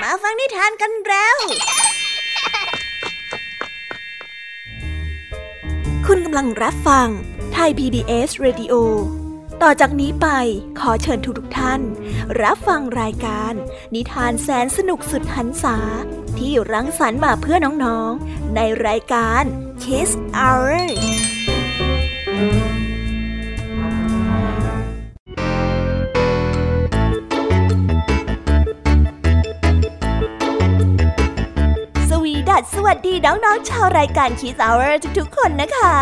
มาฟังนิทานกันแล้วคุณกำลังรับฟังไทย PBS Radio ต่อจากนี้ไปขอเชิญทุกท่านรับฟังรายการนิทานแสนสนุกสุดหรรษาที่รังสรรค์มาเพื่อน้องๆในรายการ Kids Hourสวัสดีน้องๆชาวรายการ Kids Hour ทุกๆคนนะคะ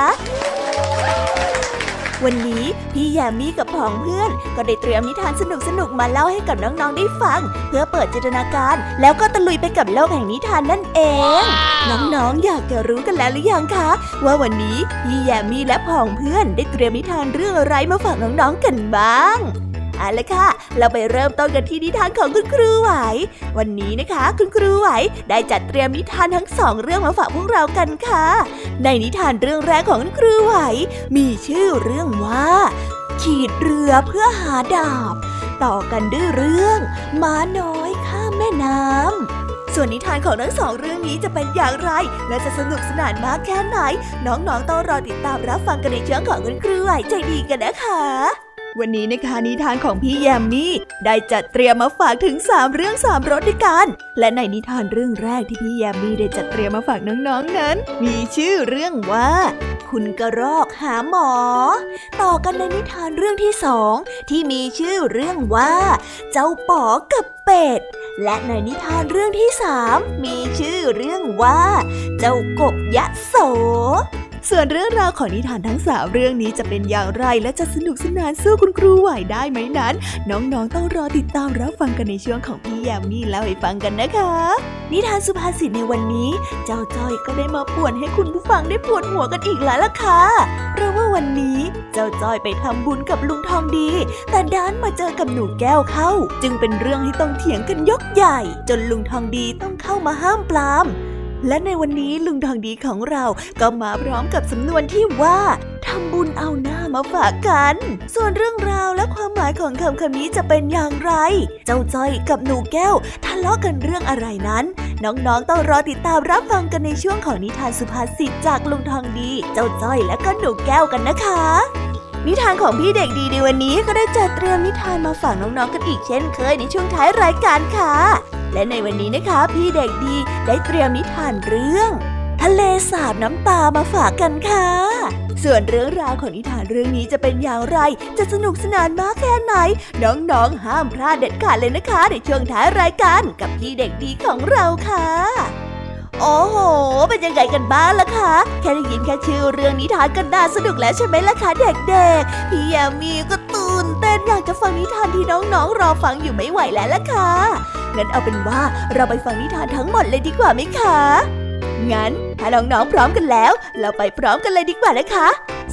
วันนี้พี่แยมมี่กับผองเพื่อนก็ได้เตรียมนิทานสนุกๆมาเล่าให้กับน้องๆได้ฟังเพื่อเปิดจินตนาการแล้วก็ตะลุยไปกับโลกแห่งนิทานนั่นเองน้องๆอยากจะรู้กันแล้วหรือยังคะว่าวันนี้พี่แยมมี่และผองเพื่อนได้เตรียมนิทานเรื่องอะไรมาฝากน้องๆกันบ้างเอาล่ะค่ะเราไปเริ่มต้นกันที่นิทานของคุณครูไหววันนี้นะคะคุณครูไหวได้จัดเตรียมนิทานทั้ง2เรื่องมาฝากพวกเรากันค่ะในนิทานเรื่องแรกของคุณครูไหวมีชื่อเรื่องว่าขีดเรือเพื่อหาดาบต่อกันด้วยเรื่องม้าน้อยข้ามแม่น้ำส่วนนิทานของทั้ง2เรื่องนี้จะเป็นอย่างไรและจะสนุกสนานมากแค่ไหนน้องๆต้องรอติดตามรับฟังกันในช่วงของคุณครูไหวใจดีกันนะคะวันนี้นะคะนิทานของพี่แยมมี่ได้จัดเตรียมมาฝากถึง3เรื่อง3รสด้วยกันและในนิทานเรื่องแรกที่พี่แยมมี่ได้จัดเตรียมมาฝากน้องๆนั้นมีชื่อเรื่องว่าคุณกระรอกหาหมอต่อกันในนิทานเรื่องที่2ที่มีชื่อเรื่องว่าเจ้าป๋อกับเป็ดและในนิทานเรื่องที่3มีชื่อเรื่องว่าเจ้ากบยโสส่วนเรื่องราวของนิทานทั้ง3เรื่องนี้จะเป็นอย่างไรและจะสนุกสนานสู้คุณครูไหวได้ไหมนั้นน้องๆต้องรอติดตามรับฟังกันในช่วงของพี่แยมมี่เล่าให้ฟังกันนะคะนิทานสุภาษิตในวันนี้เจ้าจ้อยก็ได้มาป่วนให้คุณผู้ฟังได้ปวดหัวกันอีกแล้วล่ะค่ะเพราะว่าวันนี้เจ้าจ้อยไปทำบุญกับลุงทองดีแต่ดันมาเจอกับหนูแก้วเข้าจึงเป็นเรื่องให้ต้องเถียงกันยกใหญ่จนลุงทองดีต้องเข้ามาห้ามปรามและในวันนี้ลุงทองดีของเราก็มาพร้อมกับสำนวนที่ว่าทำบุญเอาหน้ามาฝากกันส่วนเรื่องราวและความหมายของคำนี้จะเป็นอย่างไรเจ้าจ้อยกับหนูแก้วทะเลาะกันเรื่องอะไรนั้นน้องๆต้องรอติดตามรับฟังกันในช่วงของนิทานสุภาษิตจากลุงทองดีเจ้าจ้อยและก็หนูแก้วกันนะคะนิทานของพี่เด็กดีในวันนี้ก็ได้จัดเตรียมนิทานมาฝากน้องๆกันอีกเช่นเคยในช่วงท้ายรายการค่ะและในวันนี้นะคะพี่เด็กดีได้เตรียมนิทานเรื่องทะเลสาบน้ำตามาฝากกันค่ะส่วนเรื่องราวของนิทานเรื่องนี้จะเป็นอย่างไรจะสนุกสนานมากแค่ไหนน้องๆห้ามพลาดเด็ดขาดเลยนะคะในช่วงท้ายรายการกับพี่เด็กดีของเราค่ะโอ้โหเป็นยังไงกันบ้างล่ะคะแค่ได้ยินแค่ชื่อเรื่องนิทานก็น่าสนุกแล้วใช่ไหมล่ะคะเด็กๆพี่แยมมี่ก็ตื่นเต้นอยากจะฟังนิทานที่น้องๆรอฟังอยู่ไม่ไหวแล้วล่ะค่ะงั้นเอาเป็นว่าเราไปฟังนิทานทั้งหมดเลยดีกว่าไหมคะงั้นถ้าน้องๆพร้อมกันแล้วเราไปพร้อมกันเลยดีกว่านะคะ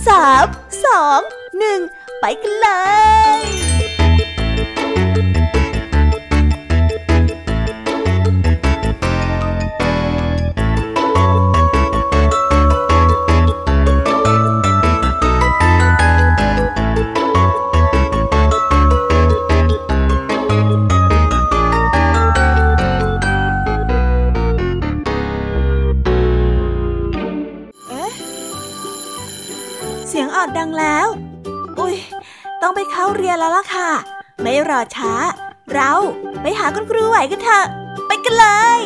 3 2 1ไปกันเลยเสียงออดดังแล้วอุ๊ยต้องไปเข้าเรียนแล้วล่ะค่ะไม่รอช้าเราไปหาคุณครูไหวกันเถอะไปกันเลย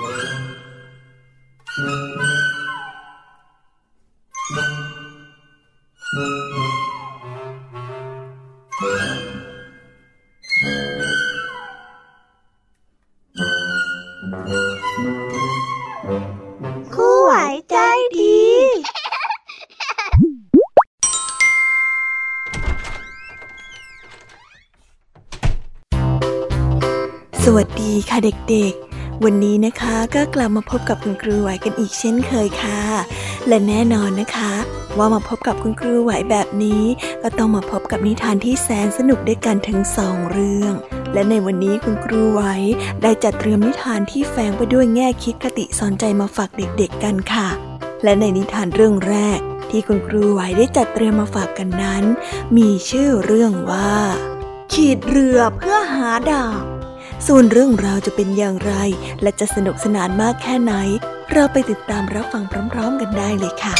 ครูไหวใจดีสวัสดีค่ะเด็กๆวันนี้นะคะก็กลับมาพบกับคุณครูไหวกันอีกเช่นเคยค่ะและแน่นอนนะคะว่ามาพบกับคุณครูไหวแบบนี้ก็ต้องมาพบกับนิทานที่แสนสนุกด้วยกันถึง2เรื่องและในวันนี้คุณครูไหวได้จัดเตรียมนิทานที่แฝงไปด้วยแง่คิดคติสอนใจมาฝากเด็กๆกันค่ะและในนิทานเรื่องแรกที่คุณครูไหวได้จัดเตรียมมาฝากกันนั้นมีชื่อเรื่องว่าขีดเรือเพื่อหาดาบส่วนเรื่องราวจะเป็นอย่างไรและจะสนุกสนานมากแค่ไหนเราไปติดตามรับฟังพร้อมๆกันได้เลยค่ะ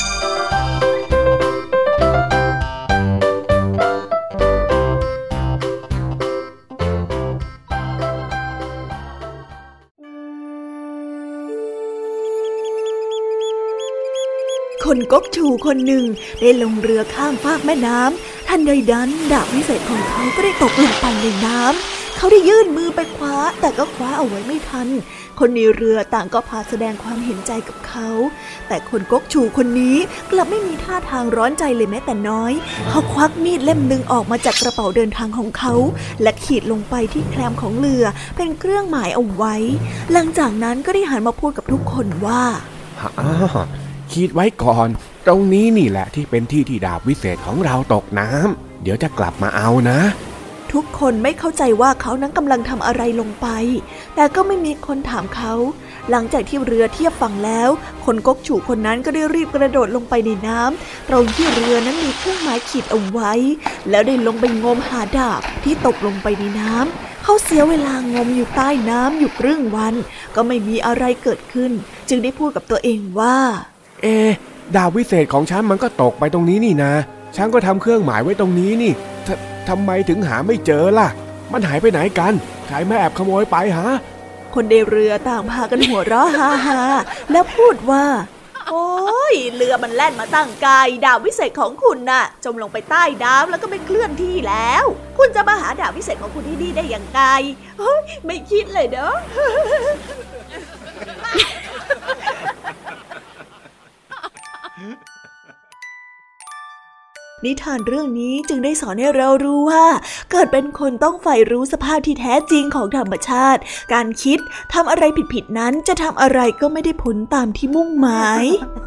คนก๊กฉูคนหนึ่งได้ลงเรือข้ามฟากแม่น้ำทันใดนั้นดาบวิเศษของเขาก็ได้ตกลงไปในน้ำเขาได้ยื่นมือไปคว้าแต่ก็คว้าเอาไว้ไม่ทันคนในเรือต่างก็พาแสดงความเห็นใจกับเขาแต่คนก๊กฉูคนนี้กลับไม่มีท่าทางร้อนใจเลยแม้แต่น้อยเขาควักมีดเล่มหนึ่งออกมาจากกระเป๋าเดินทางของเขาและขีดลงไปที่แคมของเรือเป็นเครื่องหมายเอาไว้หลังจากนั้นก็ได้หันมาพูดกับทุกคนว่าคิดไว้ก่อนตรงนี้นี่แหละที่เป็นที่ที่ดาบวิเศษของเราตกน้ำเดี๋ยวจะกลับมาเอานะทุกคนไม่เข้าใจว่าเขานั้นกำลังทำอะไรลงไปแต่ก็ไม่มีคนถามเขาหลังจากที่เรือเทียบฝั่งแล้วคนก๊กฉูคนนั้นก็ได้รีบกระโดดลงไปในน้ำตรงที่เรือนั้นมีเครื่องหมายขีดเอาไว้แล้วได้ลงไปงมหาดาบที่ตกลงไปในน้ำเขาเสียเวลางมอยู่ใต้น้ำอยู่ครึ่งวันก็ไม่มีอะไรเกิดขึ้นจึงได้พูดกับตัวเองว่าดาบวิเศษของฉันมันก็ตกไปตรงนี้นี่นะฉันก็ทำเครื่องหมายไว้ตรงนี้นี่ทำไมถึงหาไม่เจอล่ะมันหายไปไหนกันใครมาแอบขโมยไปฮะคนในเรือต่างพากันหัวเราะฮ่าๆแล้วพูดว่าโอ้ยเรือมันแล่นมาตั้งไกลดาบวิเศษของคุณน่ะจมลงไปใต้น้ำแล้วก็ไม่เคลื่อนที่แล้วคุณจะมาหาดาบวิเศษของคุณที่นี่ได้อย่างไรเฮ้ยไม่คิดเลยเนาะนิทานเรื่องนี้จึงได้สอนให้เรารู้ว่าเกิดเป็นคนต้องใฝ่รู้สภาพที่แท้จริงของธรรมชาติการคิดทำอะไรผิดๆนั้นจะทำอะไรก็ไม่ได้ผลตามที่มุ่งหมาย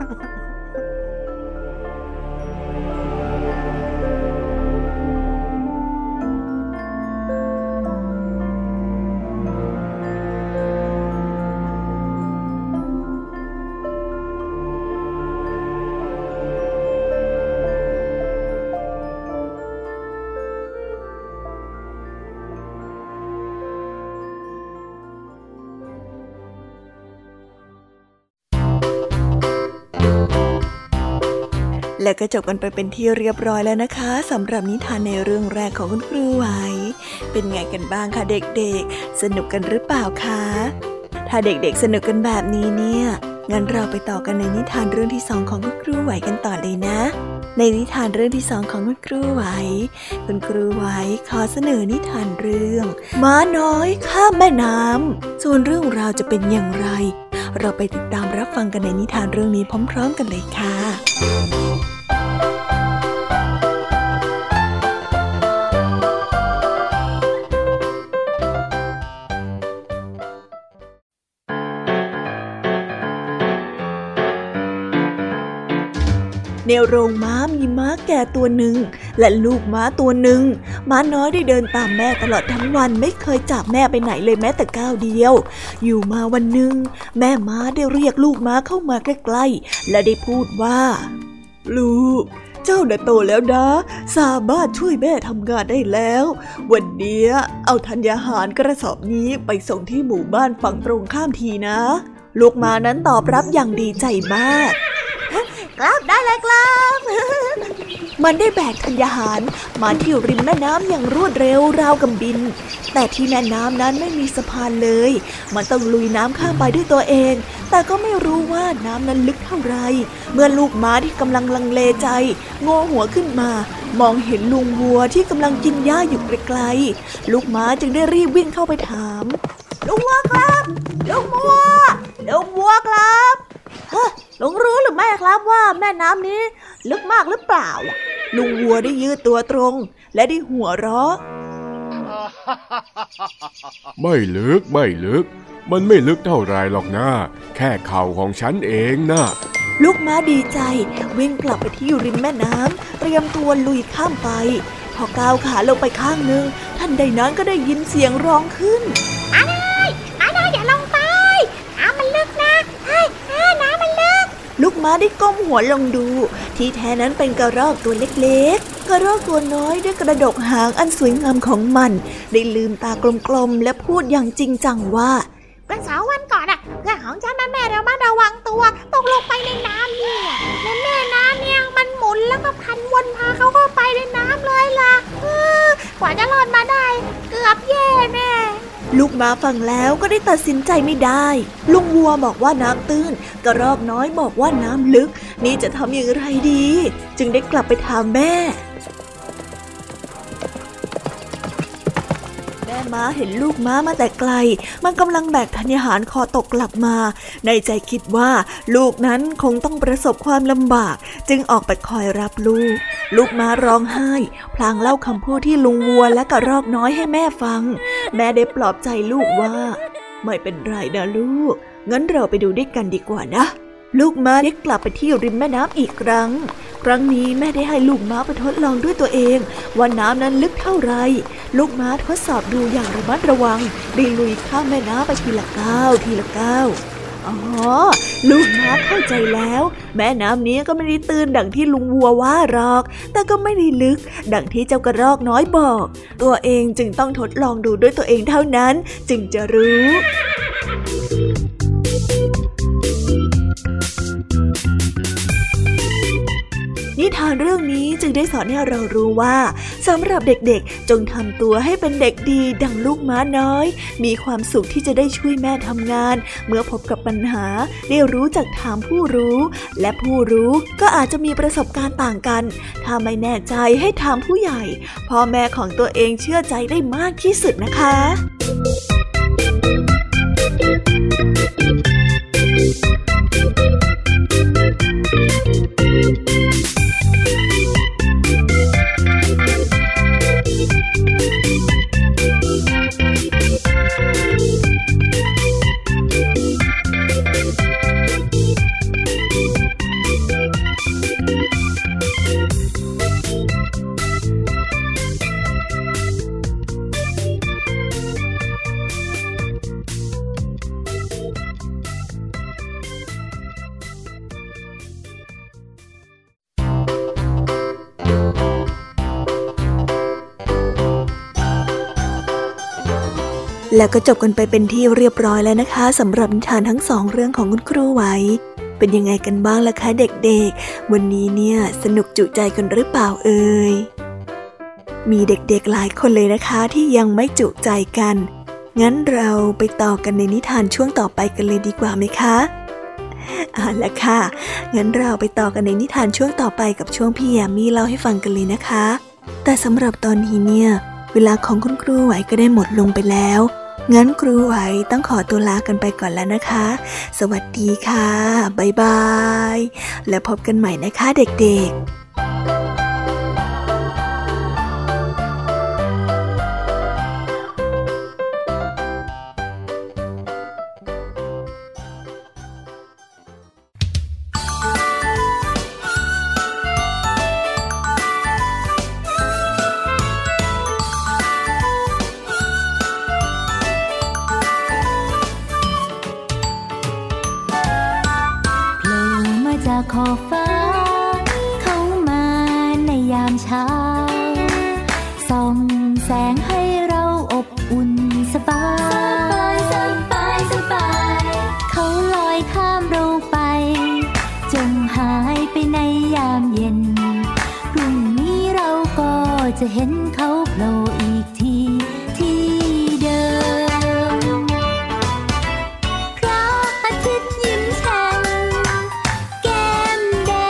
และก็จบกันไปเป็นที่เรียบร้อยแล้วนะคะสำหรับนิทานในเรื่องแรกของคุณครูไหวเป็นไงกันบ้างคะเด็กๆสนุกกันหรือเปล่าคะถ้าเด็กๆสนุกกันแบบนี้เนี่ยงั้นเราไปต่อกันในนิทานเรื่องที่2ของคุณครูไหวกันต่อเลยนะในนิทานเรื่องที่2ของคุณครูไหวคุณครูไหวขอเสนอนิทานเรื่องม้าน้อยข้ามแม่น้ำส่วนเรื่องราวจะเป็นอย่างไรเราไปติดตามรับฟังกันในนิทานเรื่องนี้พร้อมๆกันเลยค่ะในโรงม้ามีม้าแก่ตัวหนึ่งและลูกม้าตัวหนึ่งม้าน้อยได้เดินตามแม่ตลอดทั้งวันไม่เคยจากแม่ไปไหนเลยแม้แต่ก้าวเดียวอยู่มาวันหนึ่งแม่ม้าได้เรียกลูกม้าเข้ามาใกล้ๆและได้พูดว่าลูกเจ้าน่ะโตแล้วนะสามารถช่วยแม่ทำงานได้แล้ววันนี้เอาธัญญาหารกระสอบนี้ไปส่งที่หมู่บ้านฝั่งตรงข้ามทีนะลูกม้านั้นตอบรับอย่างดีใจมากครับได้เลยครับมันได้แบกธัญญาหารมาที่ริมแม่น้ำอย่างรวดเร็วราวกับบินแต่ที่แม่น้ำนั้นไม่มีสะพานเลยมันต้องลุยน้ำข้ามไปด้วยตัวเองแต่ก็ไม่รู้ว่าน้ำนั้นลึกเท่าไรเมื่อลูกม้าที่กำลังลังเลใจโงหัวขึ้นมามองเห็นลุงวัวที่กำลังกินหญ้าอยู่ไกลๆลูกม้าจึงได้รีบวิ่งเข้าไปถามลุงวัวครับลุงวัวครับลุงรู้หรือไม่ครับว่าแม่น้ำนี้ลึกมากหรือเปล่าลุงวัวได้ยืดตัวตรงและได้หัวเราะไม่ลึกมันไม่ลึกเท่าไรหรอกนะแค่เข่าของฉันเองนะลูกม้าดีใจวิ่งกลับไปที่ริมแม่น้ำเตรียมตัวลุยข้ามไปพอก้าวขาลงไปข้างนึงทันใดนั้นก็ได้ยินเสียงร้องขึ้นอาน้อยอย่าลงไปน้ำมันลึกนะน้ำมันลึกลูกม้าได้ก้มหัวลงดูที่แท้นั้นเป็นกระรอกตัวเล็กๆกกระรอกตัวน้อยได้กระดกหางอันสวยงามของมันได้ลืมตากลมๆและพูดอย่างจริงจังว่าเมื่อ2 วันก่อนเพื่อนของฉันแม่ระมัดระวังตัวตกลงไปในน้ำเนี่ยในแม่น้ำเนี่ยมันหมุนแล้วก็พันวนพาเขาเข้าไปในน้ำเลยล่ะกว่าจะรอดมาได้เกือบแย่แน่ลูกม้าฟังแล้วก็ได้ตัดสินใจไม่ได้ลุงวัวบอกว่าน้ำตื้นกระรอกน้อยบอกว่าน้ำลึกนี่จะทำอย่างไรดีจึงได้กลับไปถามแม่ม้าเห็นลูกม้ามาแต่ไกลมันกำลังแบกธัญญาหารคอตกกลับมาในใจคิดว่าลูกนั้นคงต้องประสบความลำบากจึงออกไปคอยรับลูกม้าร้องไห้พลางเล่าคำพูดที่ลุงวัวและกระรอกน้อยให้แม่ฟังแม่ได้ปลอบใจลูกว่าไม่เป็นไรนะลูกงั้นเราไปดูด้วยกันดีกว่านะลูกม้าได้กลับไปที่ริมแม่น้ำอีกครั้งนี้แม่ได้ให้ลูกม้าไปทดลองด้วยตัวเองว่าน้ำนั้นลึกเท่าไรลูกม้าทดสอบดูอย่างระมัดระวังได้ลุยข้ามแม่น้ำไปทีละก้าวอ๋อลูกม้าเข้าใจแล้วแม่น้ำนี้ก็ไม่ได้ตื้นดังที่ลุงวัวว่าหรอกแต่ก็ไม่ได้ลึกดังที่เจ้ากระรอกน้อยบอกตัวเองจึงต้องทดลองดูด้วยตัวเองเท่านั้นจึงจะรู้นิทานเรื่องนี้จึงได้สอนให้เรารู้ว่าสำหรับเด็กๆจงทำตัวให้เป็นเด็กดีดังลูกม้าน้อยมีความสุขที่จะได้ช่วยแม่ทำงานเมื่อพบกับปัญหาได้รู้จักถามผู้รู้และผู้รู้ก็อาจจะมีประสบการณ์ต่างกันถ้าไม่แน่ใจให้ถามผู้ใหญ่พ่อแม่ของตัวเองเชื่อใจได้มากที่สุดนะคะแล้วก็จบกันไปเป็นที่เรียบร้อยแล้วนะคะสำหรับนิทานทั้ง2เรื่องของคุณครูไหวเป็นยังไงกันบ้างล่ะคะเด็กๆวันนี้เนี่ยสนุกจุใจกันหรือเปล่าเอ่ยมีเด็กๆหลายคนเลยนะคะที่ยังไม่จุใจกันงั้นเราไปต่อกันในนิทานช่วงต่อไปกันเลยดีกว่าไหมคะเอาล่ะค่ะงั้นเราไปต่อกันในนิทานช่วงต่อไปกับช่วงพี่แยมมี่เล่าให้ฟังกันเลยนะคะแต่สำหรับตอนนี้เนี่ยเวลาของคุณครูไหวก็ได้หมดลงไปแล้วงั้นครูไหวต้องขอตัวลากันไปก่อนแล้วนะคะสวัสดีค่ะบ๊ายบายแล้วพบกันใหม่นะคะเด็กๆขอบฟ้าเข้ามาในยามเช้าส่องแสงให้เราอบอุ่นสบายเขาลอยข้ามเราไปจงหายไปในยามเย็นพรุ่งนี้เราก็จะเห็นเขาโผล่อีกทีที่เดิมพระอาทิตย์ยิ้มแฉ่งแก้มแด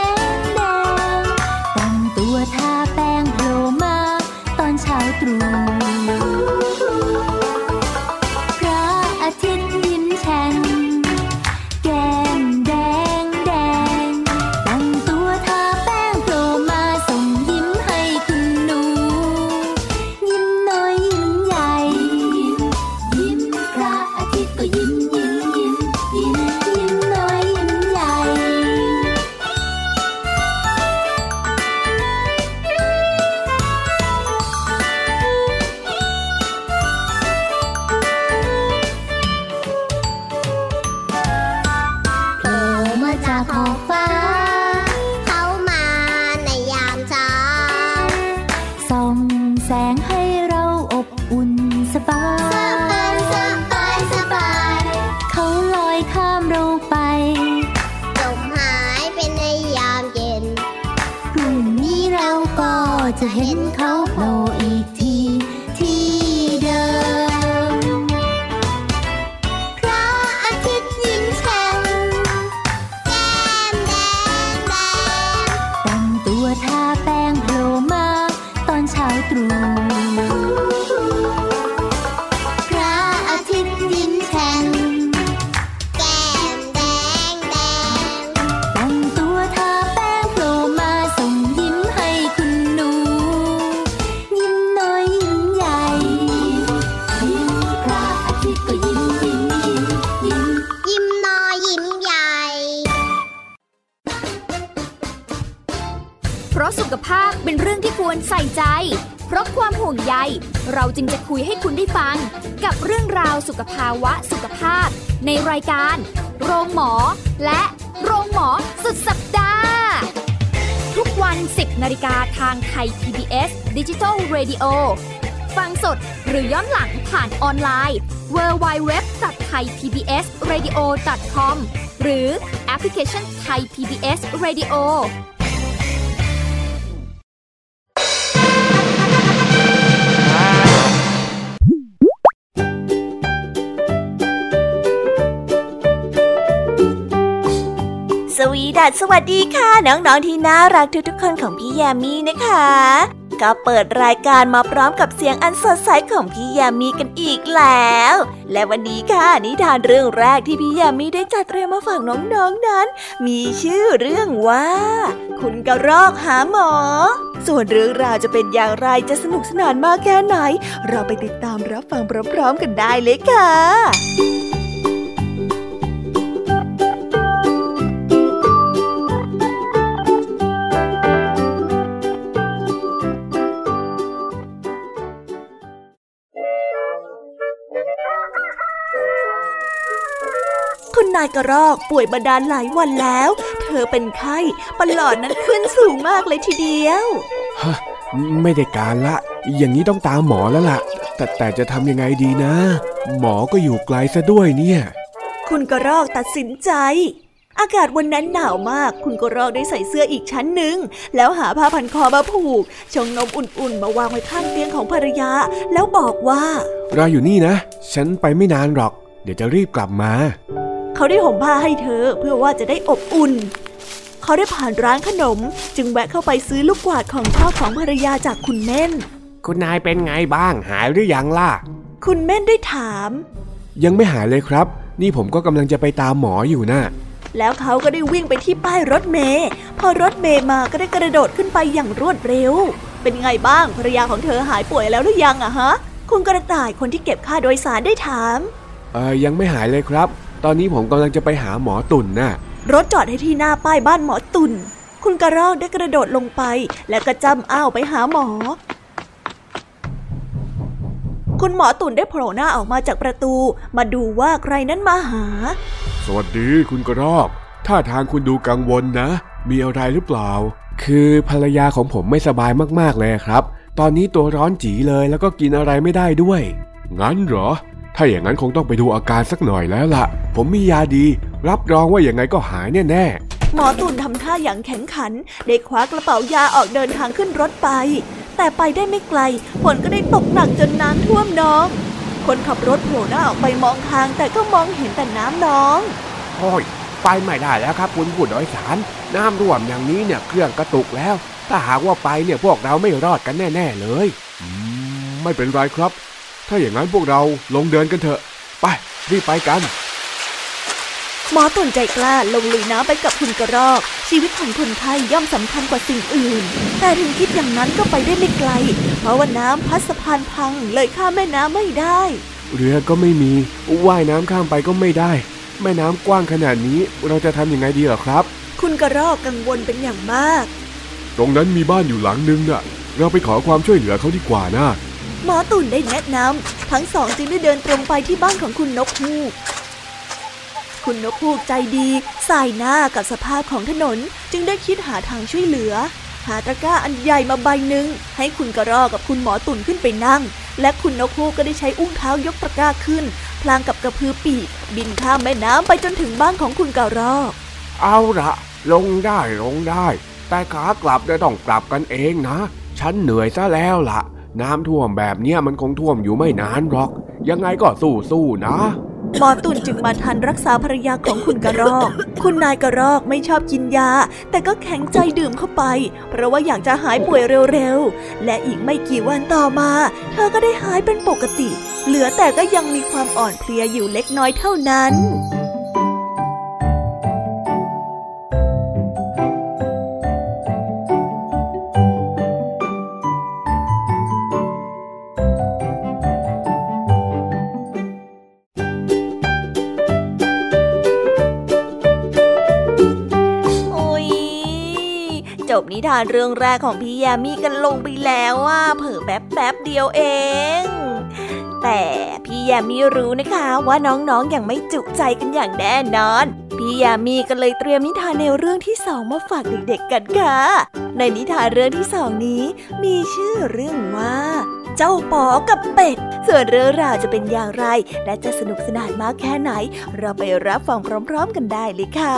วนใส่ใจเพราะความห่วงใยเราจึงจะคุยให้คุณได้ฟังกับเรื่องราวสุขภาวะสุขภาพในรายการโรงหมอและโรงหมอสุดสัปดาห์ทุกวัน 10 นาฬิกาทางไทย PBS Digital Radio ฟังสดหรือย้อนหลังผ่านออนไลน์ www.thaipbsradio.com หรือแอปพลิเคชัน Thai PBS Radio สวัสดีค่ะน้องๆที่น่ารักทุกๆคนของพี่ยามีนะคะก็เปิดรายการมาพร้อมกับเสียงอันสดใสของพี่ยามีกันอีกแล้วและวันนี้ค่ะนิทานเรื่องแรกที่พี่ยามีได้จัดเตรียมมาฝากน้องๆนั้นมีชื่อเรื่องว่าคุณกระรอกหาหมอส่วนเรื่องราวจะเป็นอย่างไรจะสนุกสนานมากแค่ไหนเราไปติดตามรับฟังพร้อมๆกันได้เลยค่ะคุณนายกระรอกป่วยมานานหลายวันแล้วเธอเป็นไข้ประหลอดนั้นขึ้นสูงมากเลยทีเดียวฮะไม่ได้การละอย่างนี้ต้องตามหมอแล้วล่ะแต่จะทำยังไงดีนะหมอก็อยู่ไกลซะด้วยเนี่ยคุณกระรอกตัดสินใจอากาศวันนั้นหนาวมากคุณกระรอกได้ใส่เสื้ออีกชั้นหนึ่งแล้วหาผ้าพันคอมาผูกชงนมอุ่นๆมาวางไว้ข้างเตียงของภรรยาแล้วบอกว่ารออยู่นี่นะฉันไปไม่นานหรอกเดี๋ยวจะรีบกลับมาเขาได้ห่มผ้าให้เธอเพื่อว่าจะได้อบอุ่นเขาได้ผ่านร้านขนมจึงแวะเข้าไปซื้อลูกกวาดของพ่อของภรรยาจากคุณเม่นคุณนายเป็นไงบ้างหายหรือยังล่ะคุณเม่นได้ถามยังไม่หายเลยครับนี่ผมก็กำลังจะไปตามหมออยู่นะแล้วเขาก็ได้วิ่งไปที่ป้ายรถเมล์พอรถเมล์มาก็ได้กระโดดขึ้นไปอย่างรวดเร็วเป็นไงบ้างภรรยาของเธอหายป่วยแล้วหรือยังอะฮะคุณกระต่ายคนที่เก็บค่าโดยสารได้ถามยังไม่หายเลยครับตอนนี้ผมกำลังจะไปหาหมอตุ่นน่ะรถจอดให้ที่หน้าป้ายบ้านหมอตุ่นคุณกระรอกได้กระโดดลงไปแล้วก็จ้ำอ้าวไปหาหมอคุณหมอตุ่นได้โผล่หน้าออกมาจากประตูมาดูว่าใครนั้นมาหาสวัสดีคุณกระรอกท่าทางคุณดูกังวลนะมีอะไรหรือเปล่าคือภรรยาของผมไม่สบายมากๆเลยครับตอนนี้ตัวร้อนจี๋เลยแล้วก็กินอะไรไม่ได้ด้วยงั้นเหรอถ้าอย่างนั้นคงต้องไปดูอาการสักหน่อยแล้วล่ะผมมียาดีรับรองว่าอย่างไงก็หายแน่ๆหมอตุ่นทำท่าอย่างแข็งขันได้คว้ากระเป๋ายาออกเดินทางขึ้นรถไปแต่ไปได้ไม่ไกลฝนก็ได้ตกหนักจนน้ำท่วมนองคนขับรถโผล่หน้าออกไปมองทางแต่ก็มองเห็นแต่น้ำนองโอ้ยไปไม่ได้แล้วครับคุณผู้โดยสารน้ำท่วมอย่างนี้เนี่ยเครื่องกระตุกแล้วถ้าหากว่าไปเนี่ยพวกเราไม่รอดกันแน่ๆเลยไม่เป็นไรครับถ้าอย่างนั้นพวกเราลงเดินกันเถอะไปรีบไปกันหมอตุ่นใจกล้าลงลุยน้ำไปกับคุณกระรอกชีวิตของคนไข้ย่อมสำคัญกว่าสิ่งอื่นแต่ถึงคิดอย่างนั้นก็ไปได้ไม่ไกลเพราะว่าน้ำพัดสะพานพังเลยข้ามแม่น้ำไม่ได้เรือก็ไม่มีว่ายน้ำข้ามไปก็ไม่ได้แม่น้ำกว้างขนาดนี้เราจะทำยังไงดีล่ะครับคุณกระรอกกังวลเป็นอย่างมากตรงนั้นมีบ้านอยู่หลังนึงน่ะเราไปขอความช่วยเหลือเขาดีกว่านะหมอตุ่นได้แนะนำทั้งสองจึงได้เดินตรงไปที่บ้านของคุณนกฮูกคุณนกฮูกใจดีสายหน้ากับสภาพของถนนจึงได้คิดหาทางช่วยเหลือหาตะกร้าอันใหญ่มาใบหนึ่งให้คุณกระรอกกับคุณหมอตุ่นขึ้นไปนั่งและคุณนกฮูกก็ได้ใช้อุ้งเท้ายกตะกร้าขึ้นพลางกับกระพือปีกบินข้ามแม่น้ำไปจนถึงบ้านของคุณกระรอกเอาละลงได้แต่ขากลับจะต้องกลับกันเองนะฉันเหนื่อยซะแล้วล่ะน้ำท่วมแบบนี้มันคงท่วมอยู่ไม่นานหรอกยังไงก็สู้ๆนะหมอตุ่นจึงมาทันรักษาภรรยาของคุณกระรอกคุณนายกระรอกไม่ชอบกินยาแต่ก็แข็งใจดื่มเข้าไปเพราะว่าอยากจะหายป่วยเร็วๆและอีกไม่กี่วันต่อมาเธอก็ได้หายเป็นปกติเหลือแต่ก็ยังมีความอ่อนเพลียอยู่เล็กน้อยเท่านั้นจจบนิทานเรื่องแรกของพี่ยามีกันลงไปแล้วเผลอแป๊บเดียวเองแต่พี่ยามีรู้นะคะว่าน้องๆยังไม่จุใจกันอย่างแน่นอนพี่ยามีก็เลยเตรียมนิทานแนวเรื่องที่2มาฝากเด็กๆกันค่ะในนิทานเรื่องที่2นี้มีชื่อเรื่องว่าเจ้าป๋อกับเป็ดส่วนเรื่องราวจะเป็นอย่างไรและจะสนุกสนานมากแค่ไหนเราไปรับฟังพร้อมๆกันได้เลยค่ะ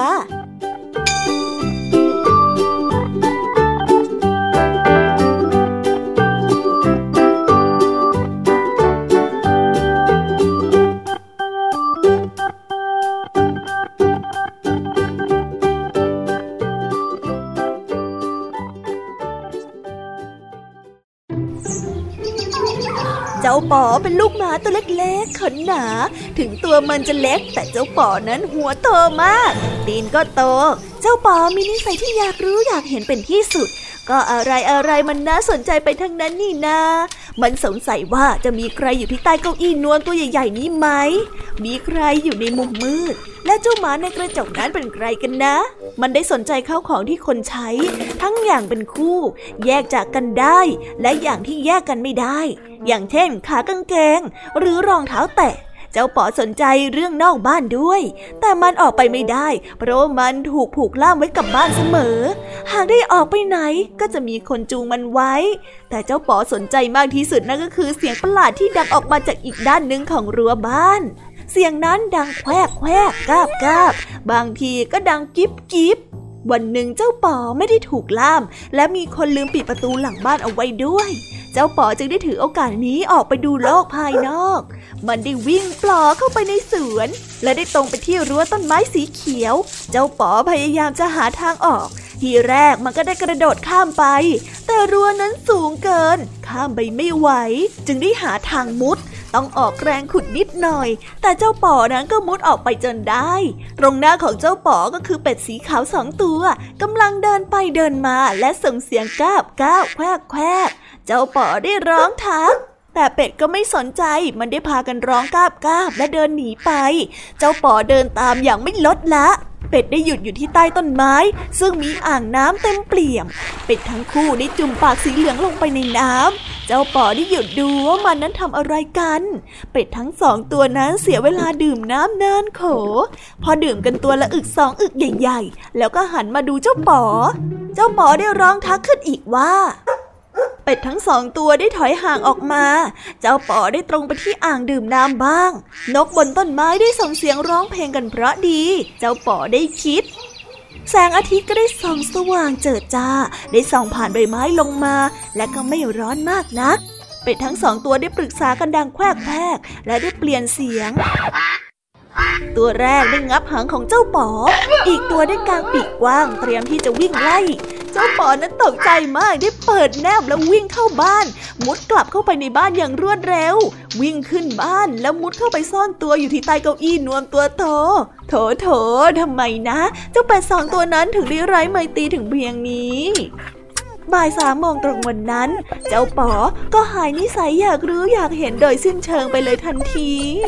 เจ้าป๋อเป็นลูกหมาตัวเล็กๆขนหนาถึงตัวมันจะเล็กแต่เจ้าป๋อนั้นหัวโตมากตีนก็โตเจ้าป๋อมีนิสัยที่อยากรู้อยากเห็นเป็นที่สุดก็อะไรมันน่าสนใจไปทั้งนั้นนี่นามันสงสัยว่าจะมีใครอยู่ที่ใต้เก้าอี้นวลตัวใหญ่ๆนี้ไหมมีใครอยู่ในมุมมืดและเจ้าหมาในกระจกนั้นเป็นใครกันนะมันได้สนใจข้าวของที่คนใช้ทั้งอย่างเป็นคู่แยกจากกันได้และอย่างที่แยกกันไม่ได้อย่างเช่นขากางเกงหรือรองเท้าแตะเจ้าป๋อสนใจเรื่องนอกบ้านด้วยแต่มันออกไปไม่ได้เพราะมันถูกผูกล่ามไว้กับบ้านเสมอหากได้ออกไปไหนก็จะมีคนจูงมันไว้แต่เจ้าป๋อสนใจมากที่สุดนั่นก็คือเสียงประหลาดที่ดังออกมาจากอีกด้านหนึ่งของรั้วบ้านเสียงนั้นดังแควกกาบบางทีก็ดังกิ๊บวันหนึ่งเจ้าป๋อไม่ได้ถูกล่ามและมีคนลืมปิดประตูหลังบ้านเอาไว้ด้วยเจ้าป๋อจึงได้ถือโอกาสนี้ออกไปดูโลกภายนอกมันได้วิ่งปลอเข้าไปในสวนและได้ตรงไปที่รั้วต้นไม้สีเขียวเจ้าป๋อพยายามจะหาทางออกทีแรกมันก็ได้กระโดดข้ามไปแต่รั้วนั้นสูงเกินข้ามไปไม่ไหวจึงได้หาทางมุดต้องออกแรงขุดนิดหน่อยแต่เจ้าป๋อนั้นก็มุดออกไปจนได้ตรงหน้าของเจ้าป๋อก็คือเป็ดสีขาว2 ตัวกำลังเดินไปเดินมาและส่งเสียงก้าวแควกเจ้าป๋อได้ร้องทักแต่เป็ดก็ไม่สนใจมันได้พากันร้องก้าวและเดินหนีไปเจ้าป๋อเดินตามอย่างไม่ลดละเป็ดได้หยุดอยู่ที่ใต้ต้นไม้ซึ่งมีอ่างน้ำเต็มเปี่ยมเป็ดทั้งคู่ได้จุ่มปากสีเหลืองลงไปในน้ำเจ้าป๋อได้หยุดดูว่ามันนั้นทำอะไรกันเป็ดทั้ง2 ตัวนั้นเสียเวลาดื่มน้ำนานโขพอดื่มกันตัวละ2 อึกใหญ่ๆแล้วก็หันมาดูเจ้าป๋อได้ร้องทักขึ้นอีกว่าเป็ดทั้ง2 ตัวได้ถอยห่างออกมาเจ้าป๋อได้ตรงไปที่อ่างดื่มน้ำบ้างนกบนต้นไม้ได้ส่งเสียงร้องเพลงกันเพราะดีเจ้าป๋อได้คิดแสงอาทิตย์ก็ได้ส่องสว่างเจิดจ้าได้ส่องผ่านใบไม้ลงมาและก็ไม่ร้อนมากนักเป็ดทั้ง2 ตัวได้ปรึกษากันดังแควกและได้เปลี่ยนเสียงตัวแรกได้งับหางของเจ้าป๋ออีกตัวได้กางปีกกว้างเตรียมที่จะวิ่งไล่เจ้าป๋อนั้นตกใจมากได้เปิดแนบแล้ววิ่งเข้าบ้านมุดกลับเข้าไปในบ้านอย่างรวดเร็ววิ่งขึ้นบ้านแล้วมุดเข้าไปซ่อนตัวอยู่ที่ใต้เก้าอี้นวมตัวโตโถทำไมนะเจ้าเป็ด2 ตัวนั้นถึงได้ไร้ไมตรีถึงเพียงนี้บ่าย 3 โมงตรงวันนั้นเจ้าป๋อก็หายนิสัยอยากรู้อยากเห็นโดยสิ้นเชิงไปเลยทันที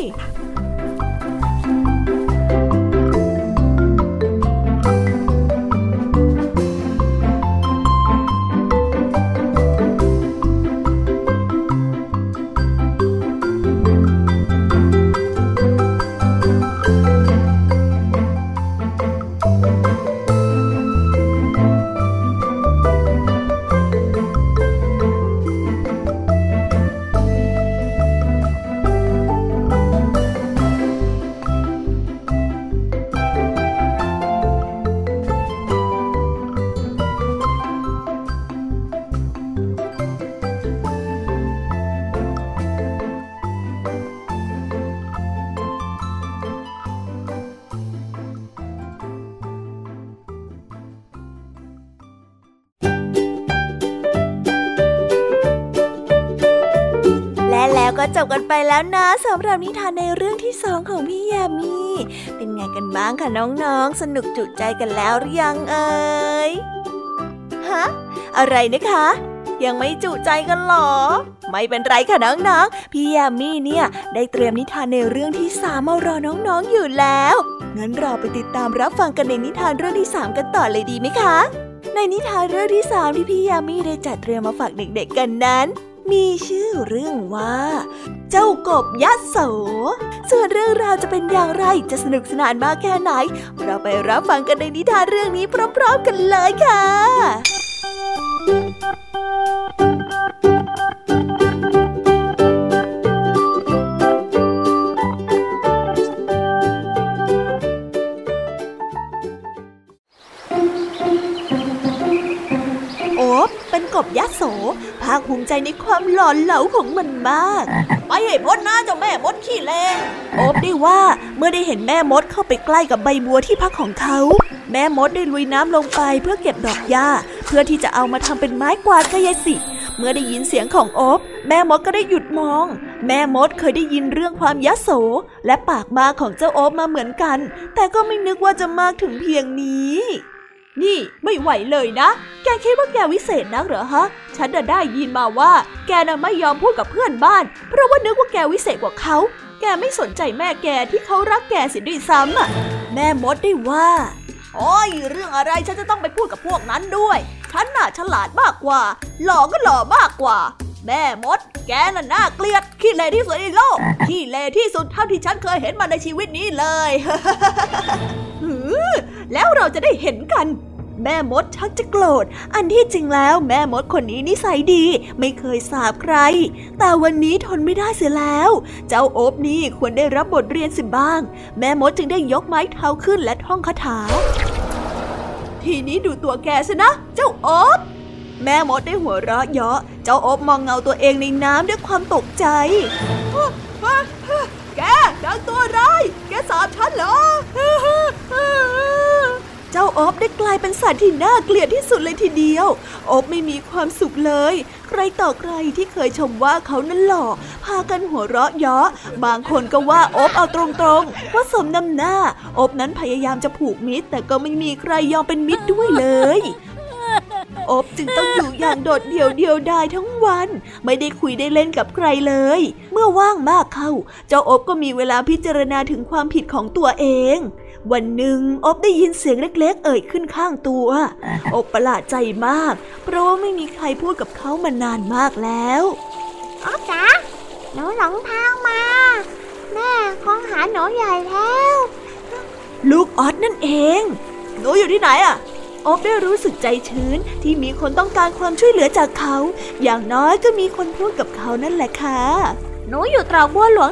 ก็จบกันไปแล้วนะสำหรับนิทานในเรื่องที่2ของพี่ยามีเป็นไงกันบ้างคะน้องๆสนุกจุใจกันแล้วหรือยังเอ่ยฮะอะไรนะคะยังไม่จุใจกันหรอไม่เป็นไรค่ะน้องๆพี่ยามีเนี่ยได้เตรียมนิทานในเรื่องที่3มารอน้องๆอยู่แล้วงั้นเราไปติดตามรับฟังกันในนิทานเรื่องที่3กันต่อเลยดีไหมคะในนิทานเรื่องที่3ที่พี่ยามีได้จัดเตรียมมาฝากเด็กๆกันนั้นมีชื่อเรื่องว่าเจ้ากบยโสส่วนเรื่องราวจะเป็นอย่างไรจะสนุกสนานมากแค่ไหนเราไปรับฟังกันในนิทานเรื่องนี้พร้อมๆกันเลยค่ะโอ๊บเป็นกบยโสภาคภูมิใจในความหล่อเหลาของมันมากไปให้พ้นนะเจ้าแม่มดขี้เลนโอ๊บได้ว่าเมื่อได้เห็นแม่มดเข้าไปใกล้กับใบบัวที่พักของเขาแม่มดได้ลุยน้ำลงไปเพื่อเก็บดอกหญ้าเพื่อที่จะเอามาทำเป็นไม้กวาดกายสิทธิ์เมื่อได้ยินเสียงของโอ๊บแม่มดก็ได้หยุดมองแม่มดเคยได้ยินเรื่องความยโสและปากมาของเจ้าโอ๊บมาเหมือนกันแต่ก็ไม่นึกว่าจะมากถึงเพียงนี้นี่ไม่ไหวเลยนะแกคิดว่าแกวิเศษนักเหรอฮะฉันได้ยินมาว่าแกน่ะไม่ยอมพูดกับเพื่อนบ้านเพราะว่านึกว่าแกวิเศษกว่าเขาแกไม่สนใจแม่แกที่เขารักแกเสียด้วยซ้ำอ่ะแม่มดได้ว่าโอ้ยเรื่องอะไรฉันจะต้องไปพูดกับพวกนั้นด้วยฉันน่ะฉลาดมากกว่าหล่อก็หล่อมากกว่าแม่มดแกน่ะน่าเกลียดขี้เลที่สุดในโลกขี้เลที่สุดเท่าที่ฉันเคยเห็นมาในชีวิตนี้เลย แล้วเราจะได้เห็นกันแม่มดชักจะโกรธอันที่จริงแล้วแม่มดคนนี้นิสัยดีไม่เคยสาปใครแต่วันนี้ทนไม่ได้เสียแล้วเจ้าโอ๊บนี่ควรได้รับบทเรียนสิบ้างแม่มดจึงได้ยกไม้เท้าขึ้นและท่องคาถาทีนี้ดูตัวแกซะนะเจ้าโอ๊บแม่มดได้หัวเราะเยาะเจ้าโอ๊บมองเงาตัวเองในน้ำด้วยความตกใจแกดังตัวร้ายแกสาปฉันเหรอเจ้าโอ๊บได้กลายเป็นสัตว์ที่น่าเกลียดที่สุดเลยทีเดียวโอ๊บไม่มีความสุขเลยใครต่อใครที่เคยชมว่าเขานั้นหล่อพากันหัวเราะเยาะบางคนก็ว่าโอ๊บเอาตรงๆว่าสมน้ำหน้าโอ๊บนั้นพยายามจะผูกมิตรแต่ก็ไม่มีใครยอมเป็นมิตรด้วยเลยโอ๊บจึงต้องอยู่อย่างโดดเดี่ยวดายทั้งวันไม่ได้คุยได้เล่นกับใครเลยเมื่อว่างมากเข้าเจ้าโอ๊บก็มีเวลาพิจารณาถึงความผิดของตัวเองวันหนึ่งโอ๊บได้ยินเสียงเล็กๆเอ่ยขึ้นข้างตัวโอ๊บประหลาดใจมากเพราะว่าไม่มีใครพูดกับเขามานานมากแล้วอ๊อบจ๋าหนูหลงทางมาแม่คงหาหนูใหญ่แล้วลูกออสนั่นเองหนูอยู่ที่ไหนอ่ะโอ๊บได้รู้สึกใจชื้นที่มีคนต้องการความช่วยเหลือจากเขาอย่างน้อยก็มีคนพูดกับเขานั่นแหละค่ะหนูอยู่ตรอกบัวหลวง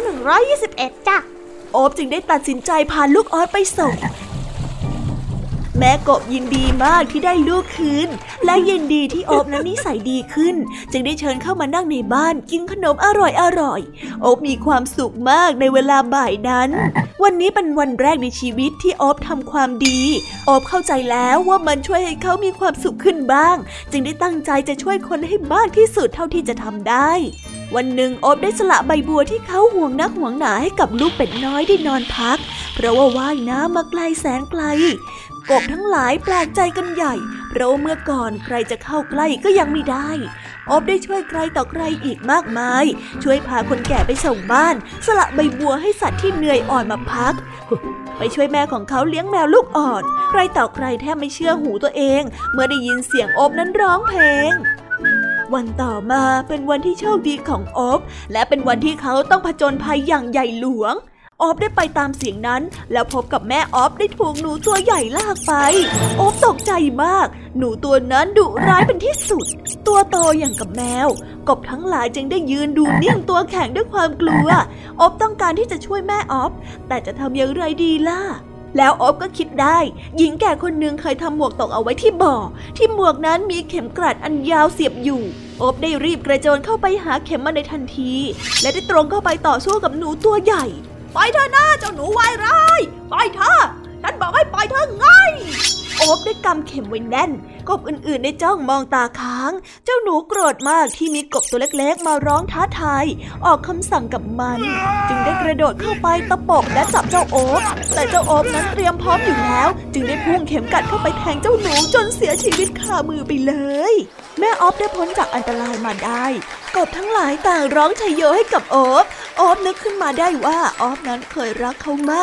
121จ้ะโอ๊บจึงได้ตัดสินใจพาลูกออสไปส่งแม่กบยินดีมากที่ได้ลูกคืนและยินดีที่โอ๊บนั้นนิสัยดีขึ้นจึงได้เชิญเข้ามานั่งในบ้านกินขนมอร่อยโอ๊บมีความสุขมากในเวลาบ่ายนั้นวันนี้เป็นวันแรกในชีวิตที่โอ๊บทำความดีโอ๊บเข้าใจแล้วว่ามันช่วยให้เขามีความสุขขึ้นบ้างจึงได้ตั้งใจจะช่วยคนให้มากที่สุดเท่าที่จะทำได้วันหนึ่งโอ๊บได้สละใบบัวที่เขาห่วงนักห่วงหนาให้กับลูกเป็ดน้อยได้นอนพักเพราะว่าว่ายน้ำมาไกลแสนไกลกบทั้งหลายแปลกใจกันใหญ่เพราะเมื่อก่อนใครจะเข้าใกล้ก็ยังไม่ได้โอ๊บได้ช่วยใครต่อใครอีกมากมายช่วยพาคนแก่ไปส่งบ้านสละใบบัวให้สัตว์ที่เหนื่อยอ่อนมาพักไปช่วยแม่ของเขาเลี้ยงแมวลูกอ่อนใครต่อใครแทบไม่เชื่อหูตัวเองเมื่อได้ยินเสียงโอ๊บนั้นร้องเพลงวันต่อมาเป็นวันที่โชคดีของโอ๊บและเป็นวันที่เขาต้องผจญภัยอย่างใหญ่หลวงโอ๊บได้ไปตามเสียงนั้นแล้วพบกับแม่โอ๊บได้ถูกหนูตัวใหญ่ลากไปโอ๊บตกใจมากหนูตัวนั้นดุร้ายเป็นที่สุดตัวโตอย่างกับแมวกบทั้งหลายจึงได้ยืนดูนิ่งตัวแข็งด้วยความกลัวโอ๊บต้องการที่จะช่วยแม่โอ๊บแต่จะทำอย่างไรดีล่ะแล้วโอ๊บก็คิดได้หญิงแก่คนหนึ่งเคยทำหมวกตกเอาไว้ที่บ่อที่หมวกนั้นมีเข็มกลัดอันยาวเสียบอยู่โอ๊บได้รีบกระโจนเข้าไปหาเข็มมาในทันทีและได้ตรงเข้าไปต่อสู้กับหนูตัวใหญ่ไปเถอะนะเจ้าหนูวายร้ายไปเถอะฉันบอกให้ไปเถอะไงโอ๊บได้กำเข็มไว้แน่นกบอื่นๆได้จ้องมองตาค้างเจ้าหนูโกรธมากที่มีกบตัวเล็กๆมาร้องท้าทายออกคำสั่งกับมันจึงได้กระโดดเข้าไปตะปบและจับเจ้าโอ๊บแต่เจ้าโอ๊บนั้นเตรียมพร้อมอยู่แล้วจึงได้พุ่งเข็มกัดเข้าไปแทงเจ้าหนูจนเสียชีวิตคามือไปเลยแม่อ๊อบได้พ้นจากอันตรายมาได้กบทั้งหลายต่างร้องชัยโยให้กับโอ๊บนึกขึ้นมาได้ว่าโอ๊บนั้นเคยรักเขามาก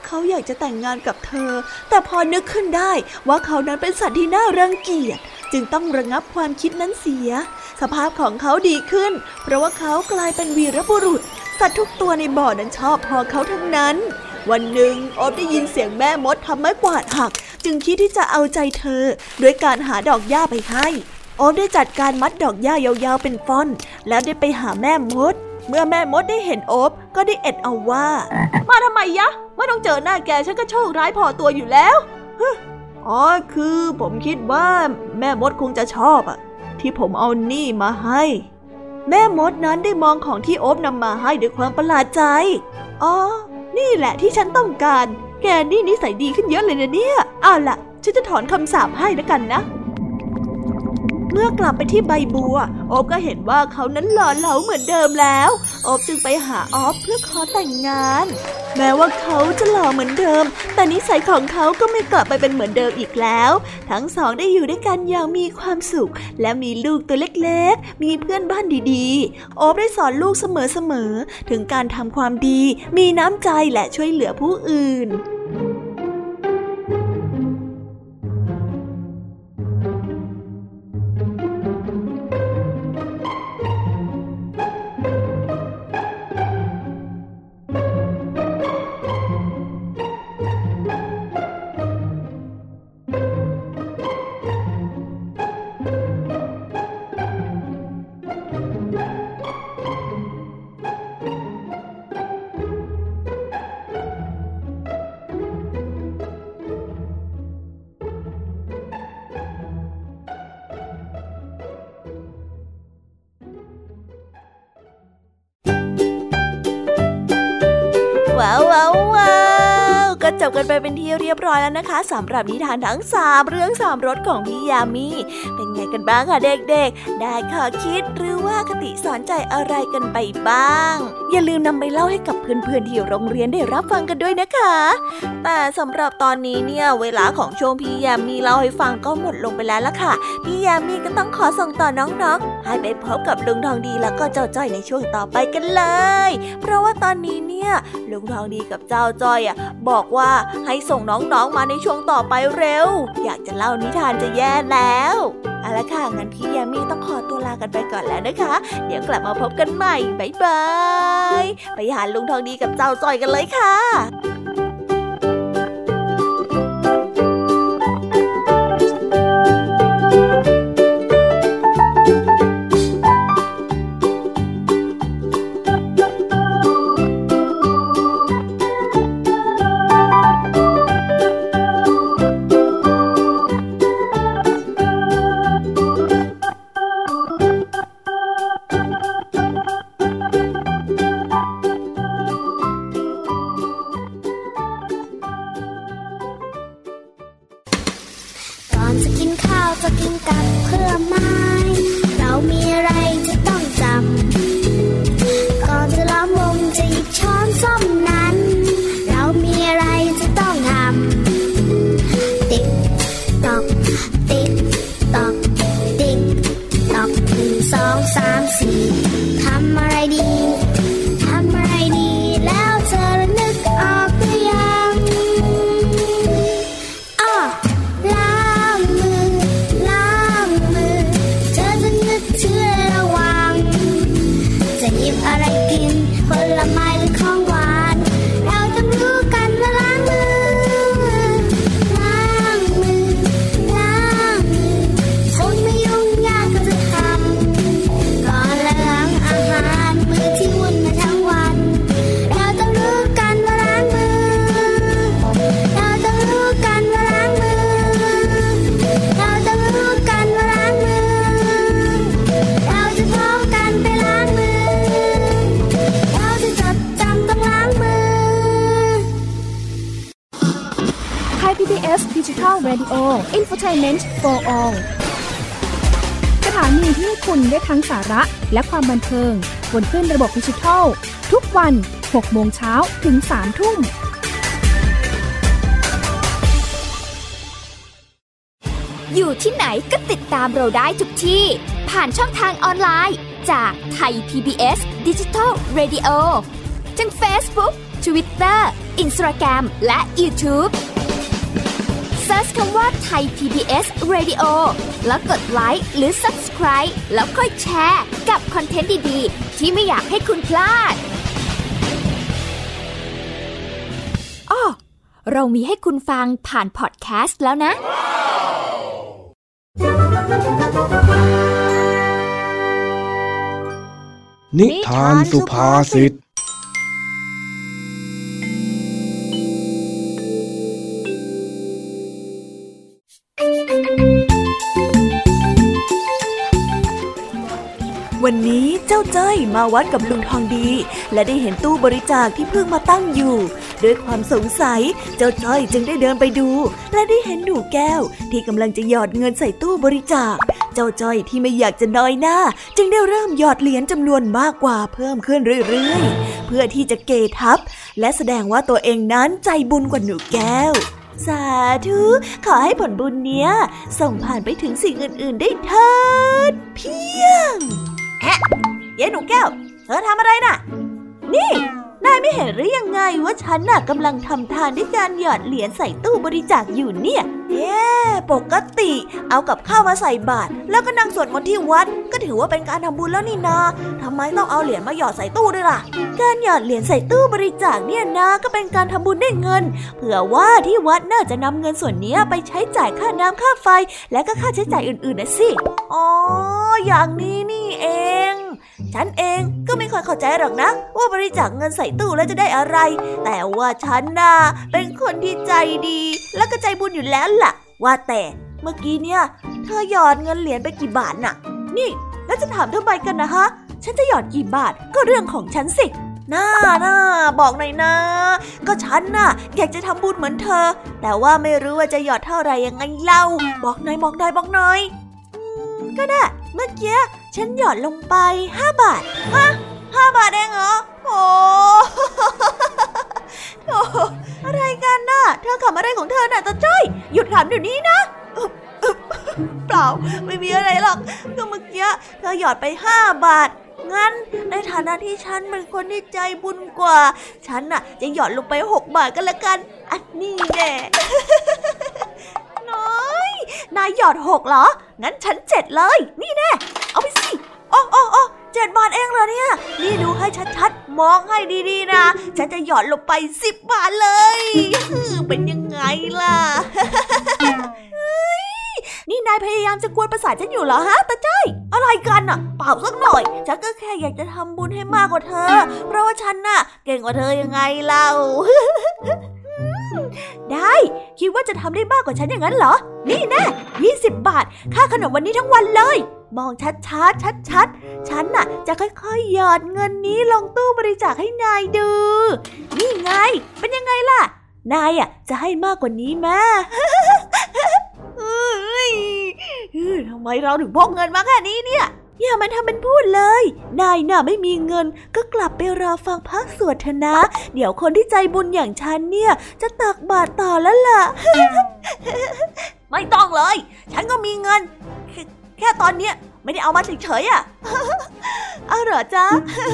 เขาอยากจะแต่งงานกับเธอแต่พอนึกขึ้นได้ว่าเขานั้นเป็นสัตว์ที่น่ารังเกียจจึงต้องระงับความคิดนั้นเสียสภาพของเขาดีขึ้นเพราะว่าเขากลายเป็นวีรบุรุษสัตว์ทุกตัวในบ่อนั้นชอบพอเขาทั้งนั้นวันหนึ่งโอ๊บได้ยินเสียงแม่มดทำไม้กวาดหักจึงคิดที่จะเอาใจเธอด้วยการหาดอกหญ้าไปให้โอ๊บได้จัดการมัดดอกหญ้ายาวๆเป็นฟ่อนแล้วได้ไปหาแม่มดเมื่อแม่มดได้เห็นโอ๊บก็ได้เอ็ดเอาว่ามาทำไมยะไม่ต้องเจอหน้าแกฉันก็โชคร้ายพอตัวอยู่แล้วอ๋อคือผมคิดว่าแม่มดคงจะชอบที่ผมเอานี่มาให้แม่มดนั้นได้มองของที่โอ๊บนำมาให้ด้วยความประหลาดใจอ๋อนี่แหละที่ฉันต้องการแกนี่นิสัยดีขึ้นเยอะเลยนะเนี่ยเอาล่ะฉันจะถอนคำสาปให้แล้วกันนะเมื่อกลับไปที่ใบบัวโอ๊บก็เห็นว่าเขานั้นหล่อเหลาเหมือนเดิมแล้วโอ๊บจึงไปหาออฟเพื่อขอแต่งงานแม้ว่าเขาจะหล่อเหมือนเดิมแต่นิสัยของเขาก็ไม่กลับไปเป็นเหมือนเดิมอีกแล้วทั้งสองได้อยู่ด้วยกันอย่างมีความสุขและมีลูกตัวเล็กๆมีเพื่อนบ้านดีๆโอ๊บได้สอนลูกเสมอๆถึงการทำความดีมีน้ำใจและช่วยเหลือผู้อื่นว้าวก็จบกันไปเป็นที่เรียบร้อยแล้วนะคะสำหรับนิทานทั้ง3เรื่อง3รสของพี่ยามีเป็นไงกันบ้างคะเด็กๆได้ข้อคิดหรือว่าคติสอนใจอะไรกันไปบ้างอย่าลืมนำไปเล่าให้กับเพื่อนๆที่โรงเรียนได้รับฟังกันด้วยนะคะแต่สำหรับตอนนี้เนี่ยเวลาของช่วงพี่ยามีเล่าให้ฟังก็หมดลงไปแล้วล่ะค่ะพี่ยามีก็ต้องขอส่งต่อน้องๆให้ไปพบกับลุงทองดีแล้วก็เจ้าจ้อยในช่วงต่อไปกันเลยเพราะว่าตอนนี้เนี่ยลุงทองดีกับเจ้าจ้อยบอกว่าให้ส่งน้องๆมาในช่วงต่อไปเร็วอยากจะเล่านิทานจะแย่แล้วเอาละค่ะงั้นพี่ยามีต้องขอตัวลากันไปก่อนแล้วนะคะเดี๋ยวกลับมาพบกันใหม่บ๊ายบายไปหาลุงทองดีกับเจ้าจ้อยกันเลยค่ะ Digital Radio Infotainment for All สถานีที่คุณได้ทั้งสาระและความบันเทิงบนคลื่นระบบดิจิทัลทุกวัน 6 โมงเช้าถึง 3 ทุ่มอยู่ที่ไหนก็ติดตามเราได้ทุกที่ผ่านช่องทางออนไลน์จากไทย PBS Digital Radio ทั้ง Facebook Twitter Instagram และ YouTubeเซิร์ชคำว่าไทย PBS Radio แล้วกดไลค์หรือ Subscribe แล้วค่อยแชร์กับคอนเทนต์ดีๆที่ไม่อยากให้คุณพลาดอ้อเรามีให้คุณฟังผ่านพอดแคสต์แล้วนะนิทานสุภาษิตวันนี้เจ้าจ้อยมาวัดกับลุงทองดีและได้เห็นตู้บริจาคที่เพิ่งมาตั้งอยู่ด้วยความสงสัยเจ้าจ้อยจึงได้เดินไปดูและได้เห็นหนูแก้วที่กำลังจะหยอดเงินใส่ตู้บริจาคเจ้าจ้อยที่ไม่อยากจะน้อยหน้าจึงได้เริ่มหยอดเหรียญจำนวนมากกว่าเพิ่มขึ้นเรื่อยๆเพื่อที่จะเกทับและแสดงว่าตัวเองนั้นใจบุญกว่าหนูแก้วสาธุขอให้ผลบุญเนี้ยส่งผ่านไปถึงสิ่งอื่นๆได้เถิดเพียงเย้หนูแก้วเธอทำอะไรน่ะนี่นายไม่เห็นหรือยังไงว่าฉันน่ะกำลังทำทานด้วยการหยอดเหรียญใส่ตู้บริจาคอยู่เนี่ยปกติเอากับข้าวมาใส่บาตรแล้วก็นั่งสวดมนต์ที่วัดก็ถือว่าเป็นการทำบุญแล้วนี่นาทำไมต้องเอาเหรียญมาหยอดใส่ตู้ด้วยล่ะการหยอดเหรียญใส่ตู้บริจาคเนี่ยนะก็เป็นการทำบุญได้เงินเผื่อว่าที่วัดน่าจะนำเงินส่วนนี้ไปใช้จ่ายค่าน้ำค่าไฟและก็ค่าใช้จ่ายอื่นๆนะสิอ๋ออย่างนี้นี่เองฉันเองก็ไม่ค่อยเข้าใจหรอกนะว่าบริจาคเงินใส่ตู้แล้วจะได้อะไรแต่ว่าฉันน่ะเป็นคนที่ใจดีและก็ใจบุญอยู่แล้วล่ะว่าแต่เมื่อกี้เนี่ยเธอหยอดเงินเหรียญไปกี่บาทน่ะนี่แล้วจะถามทำไมกันนะฮะฉันจะหยอดกี่บาทก็เรื่องของฉันสิน่าบอกหน่อยนะก็ฉันน่ะอยากจะทำบุญเหมือนเธอแต่ว่าไม่รู้ว่าจะหยอดเท่าไหร่ยังไงเล่าบอกหน่อยก็ได้เมื่อกี้ฉันหยอดลงไป5 บาทฮะ5 บาทเองเหรอโอ้อะไรกันน่ะเธอขำอะไรของเธอน่ะตาจ้อยหยุดขำเดี๋ยวนี้นะเปล่าไม่มีอะไรหรอกก็เมื่อกี้เธอหยอดไป5 บาทงั้นในฐานะที่ฉันเป็นคนที่ใจบุญกว่าฉันน่ะจะหยอดลงไป6 บาทกันละกันอันนี้แน่น้อยนายหยอด6เหรองั้นฉัน7เลยนี่แน่เอาไปสิโอ้7 บาทเองเหรอเนี่ยนี่ดูให้ชัดๆมองให้ดีๆนะฉันจะหยอดลงไป10 บาทเลยเป็นยังไงล่ะนี่นายพยายามจะกวนประสาทฉันอยู่เหรอฮะตาจ้อยอะไรกันน่ะเปล่าสักหน่อยฉันก็แค่อยากจะทำบุญให้มากกว่าเธอเพราะว่าฉันน่ะเก่งกว่าเธอยังไงเล่าได้คิดว่าจะทำได้มากกว่าฉันอย่างนั้นเหรอนี่แน่20 บาทค่าขนมวันนี้ทั้งวันเลยมองชัดฉันน่ะจะค่อยๆหยอดเงินนี้ลงตู้บริจาคให้นายดูนี่ไงเป็นยังไงล่ะนายอ่ะจะให้มากกว่านี้มั้ยทำไมเราถึงพกเงินมาแค่นี้เนี่ยอย่ามาทำเป็นพูดเลยนายน่ะไม่มีเงินก็กลับไปรอฟังพระสวดเถอะนะเดี๋ยวคนที่ใจบุญอย่างฉันเนี่ยจะตักบาตรต่อแล้วล่ะ ไม่ต้องเลยฉันก็มีเงินแค่ตอนเนี้ยไม่ได้เอามาเฉยๆอ่ะ เอาเหรอจ๊ะ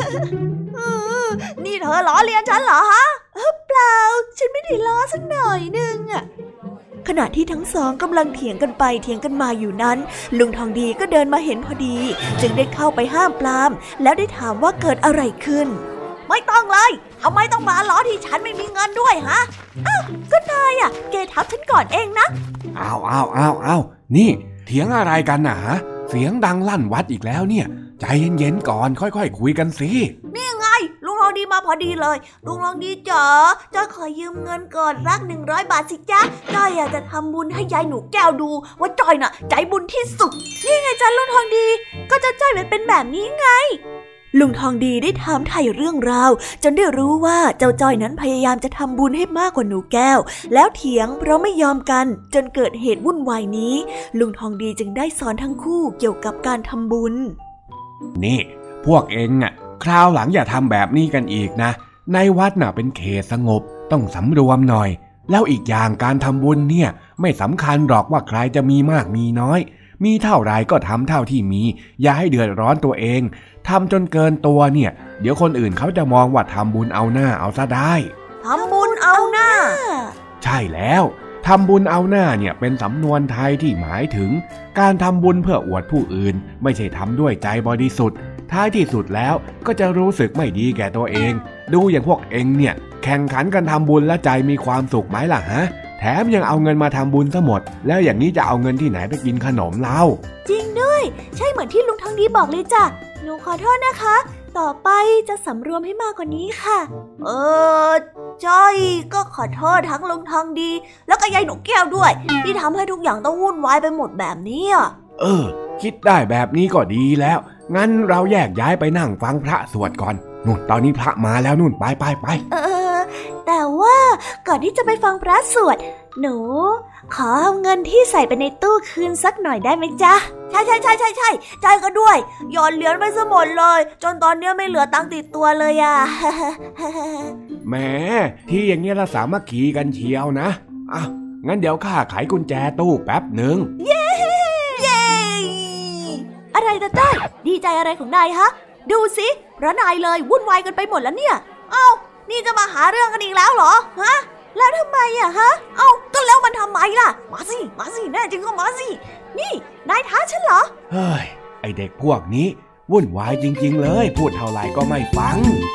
นี่เธอล้อเลียนฉันเหรอฮะเปล่าฉันไม่ได้ล้อสักหน่อยนึงอ่ะขณะที่ทั้งสองกำลังเถียงกันไปเถียงกันมาอยู่นั้นลุงทองดีก็เดินมาเห็นพอดีจึงได้เข้าไปห้ามปรามแล้วได้ถามว่าเกิดอะไรขึ้นไม่ต้องเลยทำไมต้องมาล้อที่ฉันไม่มีเงินด้วยฮะอ้าวก็นายอ่ะเกทับฉันก่อนเองนะอ้าวนี่เถียงอะไรกันน่ะเสียงดังลั่นวัดอีกแล้วเนี่ยใจเย็นๆก่อนค่อยๆคุยกันสินี่ไงลุงทองดีมาพอดีเลยลุงทองดีจ๋าจ้อยขอยืมเงินก่อนสัก100 บาทสิจ๊ะจ้อยอยากจะทำบุญให้ยายหนูแก้วดูว่าจ้อยน่ะใจบุญที่สุดนี่ไงจ๊ะลุงทองดีก็จะจ้อยเป็นแบบนี้ไงลุงทองดีได้ถามไถ่เรื่องราวจนได้รู้ว่าเจ้าจ้อยนั้นพยายามจะทำบุญให้มากกว่าหนูแก้วแล้วเถียงเพราะไม่ยอมกันจนเกิดเหตุวุ่นวายนี้ลุงทองดีจึงได้สอนทั้งคู่เกี่ยวกับการทำบุญนี่พวกเองอ่ะคราวหลังอย่าทำแบบนี้กันอีกนะในวัดน่ะเป็นเขตสงบต้องสำรวมหน่อยแล้วอีกอย่างการทำบุญเนี่ยไม่สำคัญหรอกว่าใครจะมีมากมีน้อยมีเท่าไรก็ทำเท่าที่มีอย่าให้เดือดร้อนตัวเองทำจนเกินตัวเนี่ยเดี๋ยวคนอื่นเขาจะมองว่าทำบุญเอาหน้าเอาซะได้ทำบุญเอาหน้าใช่แล้วทำบุญเอาหน้าเนี่ยเป็นสำนวนไทยที่หมายถึงการทำบุญเพื่ออวดผู้อื่นไม่ใช่ทำด้วยใจบริสุทธิ์ท้ายที่สุดแล้วก็จะรู้สึกไม่ดีแก่ตัวเองดูอย่างพวกเองเนี่ยแข่งขันกันทำบุญและใจมีความสุขไหมล่ะฮะแถมยังเอาเงินมาทำบุญซะหมดแล้วอย่างนี้จะเอาเงินที่ไหนไปกินขนมเล่าจริงด้วยใช่เหมือนที่ลุงทองดีบอกเลยจ้ะหนูขอโทษนะคะต่อไปจะสำรวมให้มากกว่านี้ค่ะจ้อยก็ขอโทษทั้งลุงทองดีแล้วก็ยายหนูแก้วด้วยที่ทำให้ทุกอย่างต้องวุ่นวายไปหมดแบบนี้คิดได้แบบนี้ก็ดีแล้วงั้นเราแยกย้ายไปนั่งฟังพระสวดก่อนนู่นตอนนี้พระมาแล้วนู่นไปแต่ว่าก่อนที่จะไปฟังพระสวดหนูขอเอาเงินที่ใส่ไปในตู้คืนสักหน่อยได้ไหมจ๊ะใช่ใจก็ด้วยโยนเหรียญไปซะหมดเลยจนตอนนี้ไม่เหลือตังค์ติดตัวเลยอ่ะแหมที่อย่างนี้เราสามัคคีกันเชียวนะงั้นเดี๋ยวข้าไขกุญแจตู้แป๊บหนึ่งเย้อะไรต้อยดีใจอะไรของนายฮะดูสิเพราะนายเลยวุ่นวายกันไปหมดแล้วเนี่ยนี่จะมาหาเรื่องกันอีกแล้วเหรอฮะแล้วทำไมอะฮะก็แล้วมันทำไมล่ะมาสิแน่จริงก็มาสินี่นายท้าฉันเหรอเฮ้ยไอเด็กพวกนี้วุ่นวายจริงๆเลยพูดเท่าไหร่ก็ไม่ฟัง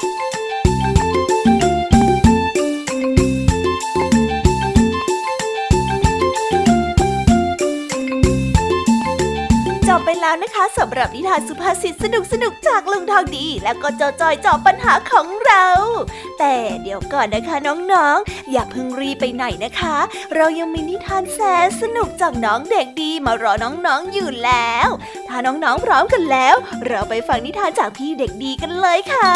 จบไปแล้วนะคะสำหรับนิทานสุภาษิตสนุกจากลุงทองดีแล้วก็เจ้าจ้อยจอบปัญหาของเราแต่เดี๋ยวก่อนนะคะน้องๆอย่าเพิ่งรีบไปไหนนะคะเรายังมีนิทานแสนสนุกจากน้องเด็กดีมารอน้องๆอยู่แล้วถ้าน้องๆพร้อมกันแล้วเราไปฟังนิทานจากพี่เด็กดีกันเลยค่ะ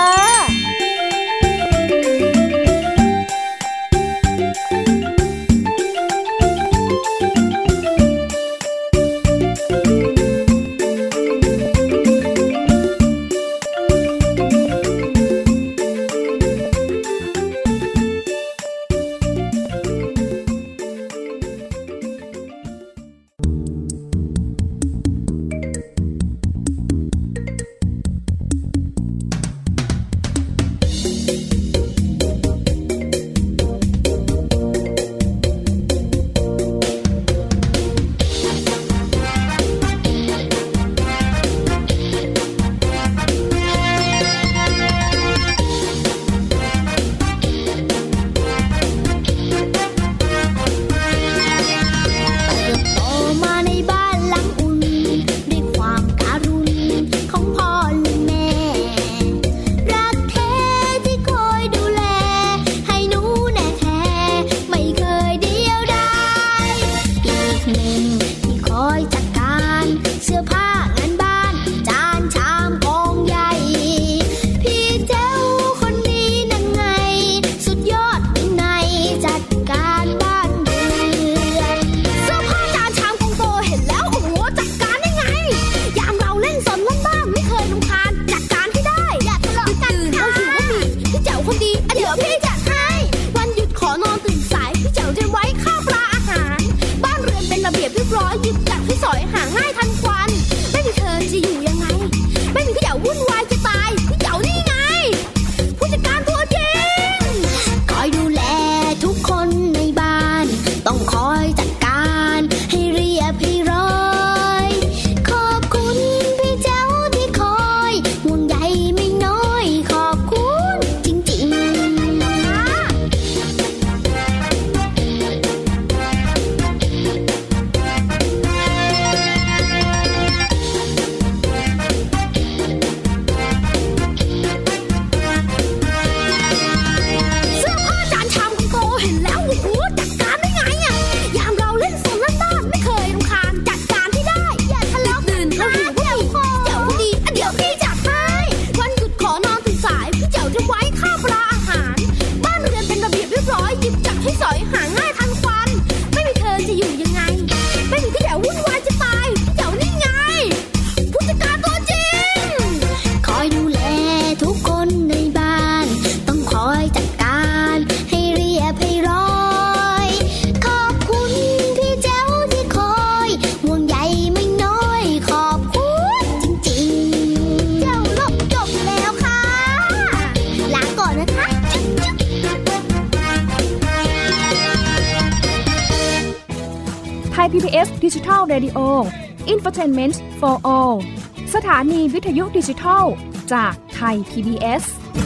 PBS Digital Radio Infotainment for All สถานีวิทยุดิจิทัลจากไทย PBS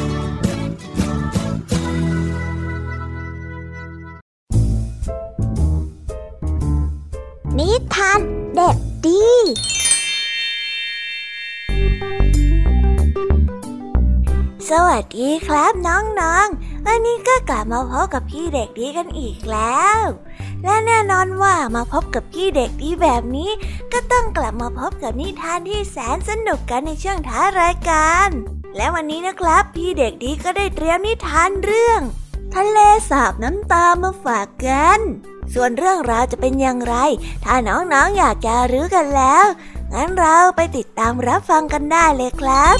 นิทานเด็กดีสวัสดีครับน้องๆวันนี้ก็กลับมาพบกับพี่เด็กดีกันอีกแล้วและแน่นอนว่ามาพบกับพี่เด็กดีแบบนี้ก็ต้องกลับมาพบกับนิทานที่แสนสนุกกันในช่วงท้ายรายการและวันนี้นะครับพี่เด็กดีก็ได้เตรียมนิทานเรื่องทะเลสาบน้ำตามาฝากกันส่วนเรื่องราวจะเป็นอย่างไรถ้าน้องๆอยากจะรู้กันแล้วงั้นเราไปติดตามรับฟังกันได้เลยครับ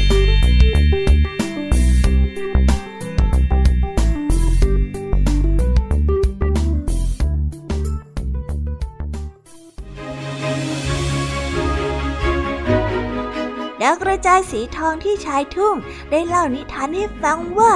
ดาวกระจายสีทองที่ชายทุ่งได้เล่านิทานให้ฟังว่า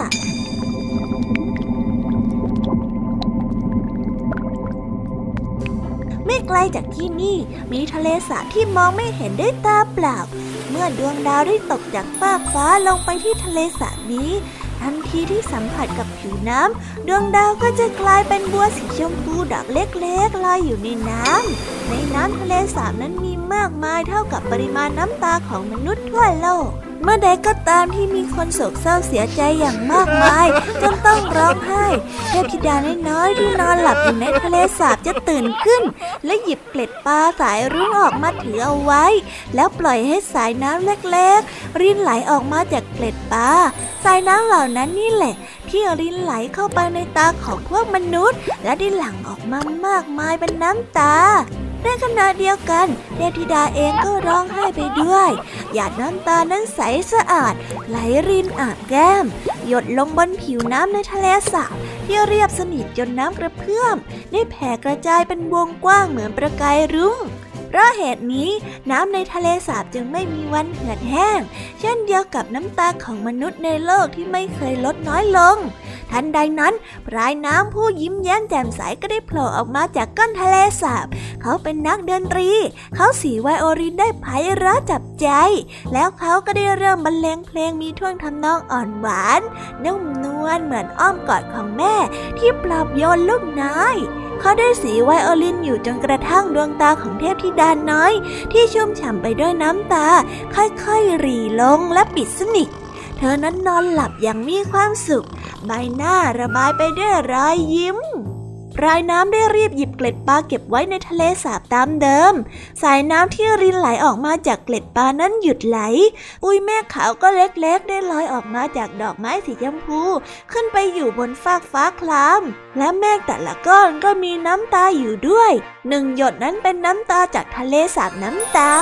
ไม่ไกลจากที่นี่มีทะเลสาบที่มองไม่เห็นด้วยตาเปล่าเมื่อดวงดาวได้ตกจากฟากฟ้าลงไปที่ทะเลสาบนี้ทันทีที่สัมผัสกับผิวน้ำดวงดาวก็จะกลายเป็นบัวสีชมพูดอกเล็กๆลอยอยู่ในน้ำทะเลสาบนั้นมีมากมายเท่ากับปริมาณน้ำตาของมนุษย์ทั่วโลกเมื่อใดก็ตามที่มีคนโศกเศร้าเสียใจอย่างมากมายจนต้องร้องไห้เทพธิดาน้อยๆที่นอนหลับอยู่ในทะเลสาบจะตื่นขึ้นและหยิบเกล็ดปลาสายรุ้งออกมาถือเอาไว้แล้วปล่อยให้สายน้ำเล็กๆรินไหลออกมาจากเกล็ดปลาสายน้ำเหล่านั้นนี่แหละที่รินไหลเข้าไปในตาของพวกมนุษย์และได้หลั่งออกมามากมายเป็นน้ำตาในขณะเดียวกันเทพธิดาเองก็ร้องไห้ไปด้วยหยาดน้ำตานั้นใสสะอาดไหลรินอาบแก้มหยดลงบนผิวน้ำในทะเลสาบที่เรียบสนิทจนน้ำกระเพื่อมได้แผ่กระจายเป็นวงกว้างเหมือนประกายรุ้งเพราะเหตุนี้น้ำในทะเลสาบจึงไม่มีวันเหือดแห้งเช่นเดียวกับน้ำตาของมนุษย์ในโลกที่ไม่เคยลดน้อยลงทันใดนั้นปลายน้ำผู้ยิ้มแย้มแจ่มใสก็ได้โผล่ออกมาจากก้นทะเลสาบเขาเป็นนักดนตรีเขาสีไวโอลินได้ไพเราะจับใจแล้วเขาก็ได้เริ่มบรรเลงเพลงมีท่วงทำนองอ่อนหวานนุ่มนวลเหมือนอ้อมกอดของแม่ที่ปลอบโยนลูกน้อยเขาได้สีไวโอลินอยู่จนกระทั่งดวงตาของเทพธิดาน้อยที่ชุ่มฉ่ำไปด้วยน้ำตาค่อยๆหรี่ลงและปิดสนิทเธอนั้นนอนหลับอย่างมีความสุขใบหน้าระบายไปด้วยรอยยิ้มปลายน้ำได้รีบหยิบเกล็ดปลาเก็บไว้ในทะเลสาบตามเดิมสายน้ำที่รินไหลออกมาจากเกล็ดปลานั้นหยุดไหลปุยเมฆขาวก็เล็กๆได้ลอยออกมาจากดอกไม้สีชมพูขึ้นไปอยู่บนฟากฟ้าคล้ำและเมฆแต่ละก้อนก็มีน้ำตาอยู่ด้วยหนึ่งหยดนั้นเป็นน้ำตาจากทะเลสาบน้ำตา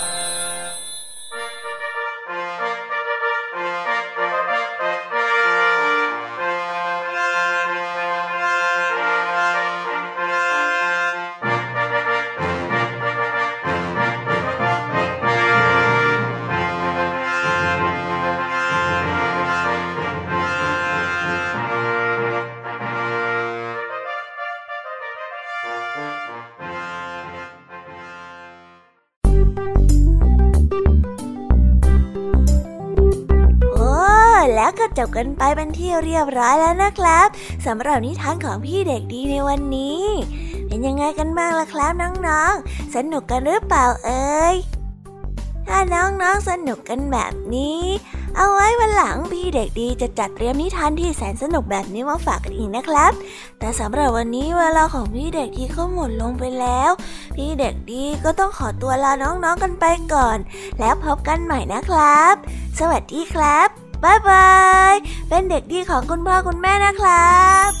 แล้วก็จบกันไปเป็นที่เรียบร้อยแล้วนะครับสำหรับนิทานของพี่เด็กดีในวันนี้เป็นยังไงกันบ้างล่ะครับน้องๆสนุกกันหรือเปล่าเอ่ยถ้าน้องๆสนุกกันแบบนี้เอาไว้วันหลังพี่เด็กดีจะจัดเตรียมนิทานที่แสนสนุกแบบนี้มาฝากกันอีกนะครับแต่สำหรับวันนี้เวลาของพี่เด็กดีก็หมดลงไปแล้วพี่เด็กดีก็ต้องขอตัวลาน้องๆกันไปก่อนแล้วพบกันใหม่นะครับสวัสดีครับบ๊ายบายเป็นเด็กดีของคุณพ่อคุณแม่นะครับ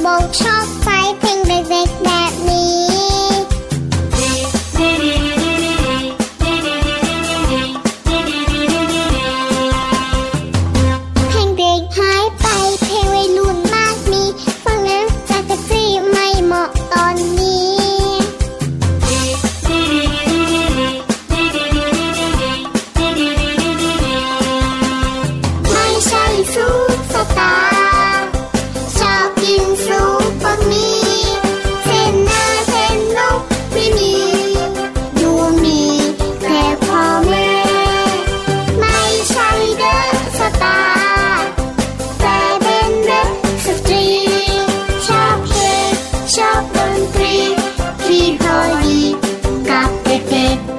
งชอบใจเพลงเด็กๆแบบนี้เพลงเด็กหายไปเพลงวัยรุ่นมากมีฟังแล้วจักรจี้ไม่เหมาะตอนนี้ไม่ใช่ซุปสตาร์ชอบกินซุปบะหมี่เส้นหน้าเส้นนกไม่มีดูมีแต่พ่อแม่ไม่ใช่เดอะสตาร์แต่เป็นเดอะสตรีชอบเพลงชอบดนตรีที่พอดีกับเด็กๆ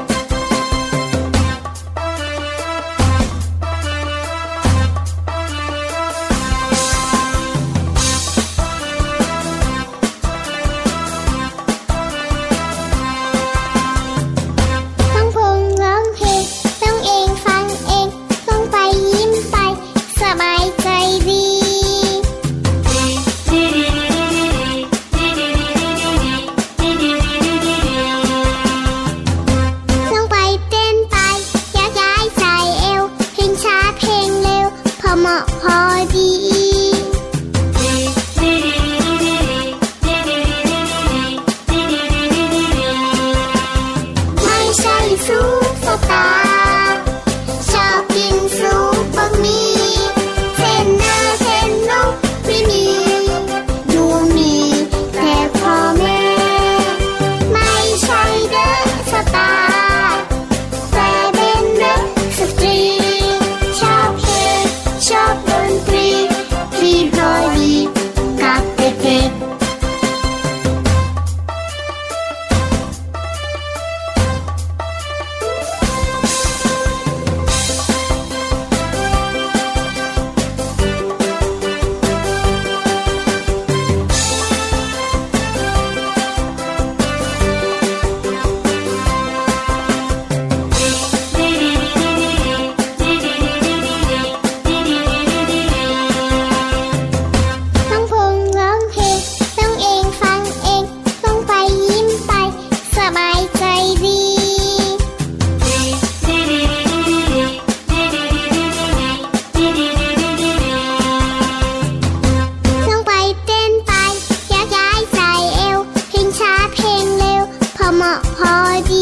ต้องพงร้องเพลงต้องเองฟังเองต้องไปยิ้มไปสบายใจดีต้องไปเต้นไปยักย้ายใส่เอวเพลงช้าเพลงเร็วพอเหมาะพอดีไม่ใช่ซุปสตาร์ชอบกินซุปบะหมี่เส้นหน้าเส้นนกไม่มีดูมีแต่พ่อแม่ไม่ใช่เดอะสตาร์แต่เป็นเดอะสตรีชอบเพลงชอบดนตรีที่พอดีกับเด็กๆต้องพงร้องเพลงต้องเองฟังเองต้องไปยิ้มไปสบายใจดีต้องไปเต้นไปยักย้ายใส่เอวเพลงช้าเพลงเร็วพอเหมาะพอดี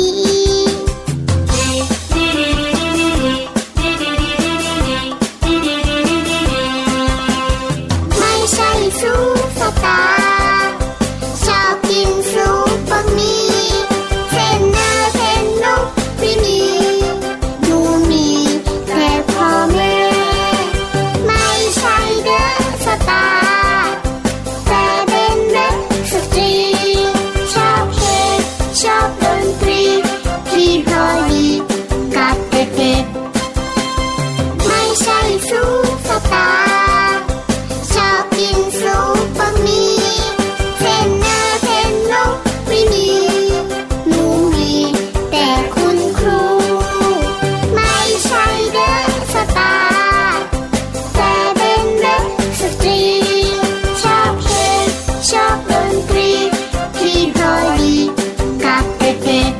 ไม่ใช่ซุปสตาร์ชอบกินซุปบะหมี่เส้นหน้าเส้นนกไม่มีดูมีแต่พ่อแม่ไม่ใช่เดอะสตาร์แต่เป็นเดอะสตรีชอบเพลงชอบดนตรีที่พอดีกับเด็กๆไม่ใช่ซุปสตาร์ชอบกินซุปบะหมี่เส้นหน้าเส้นนกไม่มีหนูมีแต่คุณครูไม่ใช่เดอะสตาร์แต่เป็นเดอะสตรีชอบเพลงชอบดนตรีที่พอดีกับเด็กๆ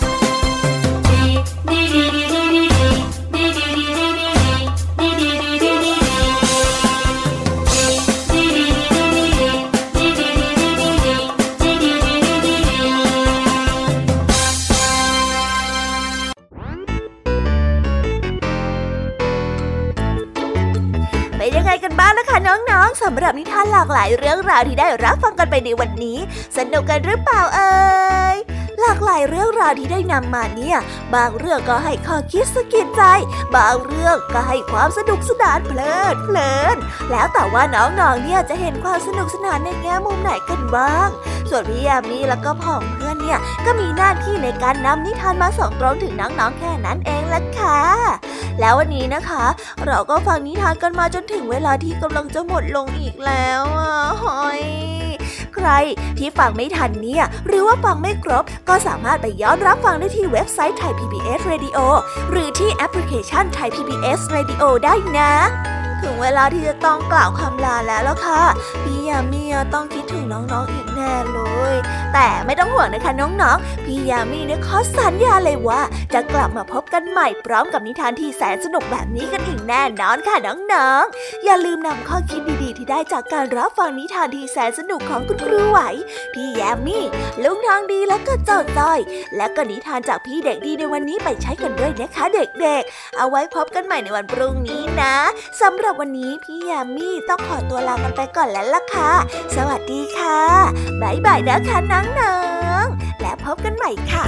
เป็นยังไงกันบ้างนะคะน้องๆสำหรับนิทานหลากหลายเรื่องราวที่ได้รับฟังกันไปในวันนี้สนุกกันหรือเปล่าเอ่ยหลากหลายเรื่องราวที่ได้นำมาเนี่ยบางเรื่องก็ให้ข้อคิดสะกิดใจบางเรื่องก็ให้ความสนุกสนานเพลินแล้วแต่ว่าน้องๆเนี่ยจะเห็นความสนุกสนานในแง่มุมไหนกันบ้างส่วนพี่ยามีแล้วก็พ่องเพื่อนเนี่ยก็มีหน้าที่ในการนำนิทานมาส่งตรงถึงน้องๆแค่นั้นเองล่ะค่ะแล้ววันนี้นะคะเราก็ฟังนิทานกันมาจนถึงเวลาที่กำลังจะหมดลงอีกแล้วหอยใครที่ฟังไม่ทันเนี่ยหรือว่าฟังไม่ครบก็สามารถไปย้อนรับฟังได้ที่เว็บไซต์ Thai PBS Radio หรือที่แอปพลิเคชัน Thai PBS Radio ได้นะถึงเวลาที่จะต้องกล่าวคำลาแล้วล่ะค่ะพี่ยามีต้องคิดถึงน้องๆอีกแน่เลยแต่ไม่ต้องห่วงนะคะน้องๆพี่ยามีเนี่ยขอสัญญาเลยว่าจะกลับมาพบกันใหม่พร้อมกับนิทานที่แสนสนุกแบบนี้กันอีกแน่นอนค่ะน้องๆอย่าลืมนำข้อคิดดีๆที่ได้จากการรับฟังนิทานที่แสนสนุกของคุณครูไหวพี่ยามีลุงทองดีและก็เจ้าจ้อยและก็นิทานจากพี่เด็กดีในวันนี้ไปใช้กันด้วยนะคะเด็กๆเอาไว้พบกันใหม่ในวันพรุ่งนี้นะสำหรับวันนี้พี่ยามีต้องขอตัวลากันไปก่อนแล้วล่ะค่ะสวัสดีค่ะบ๊ายบายนะคะน้องๆและพบกันใหม่ค่ะ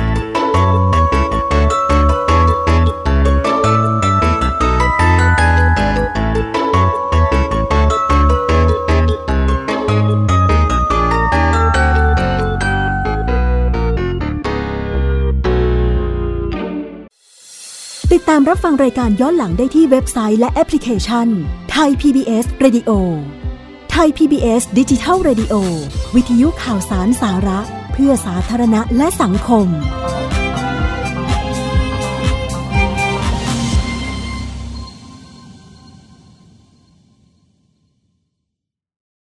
ติดตามรับฟังรายการย้อนหลังได้ที่เว็บไซต์และแอปพลิเคชัน Thai PBS Radio Thai PBS Digital Radio วิทยุข่าวสารสาระเพื่อสาธารณะและสังคม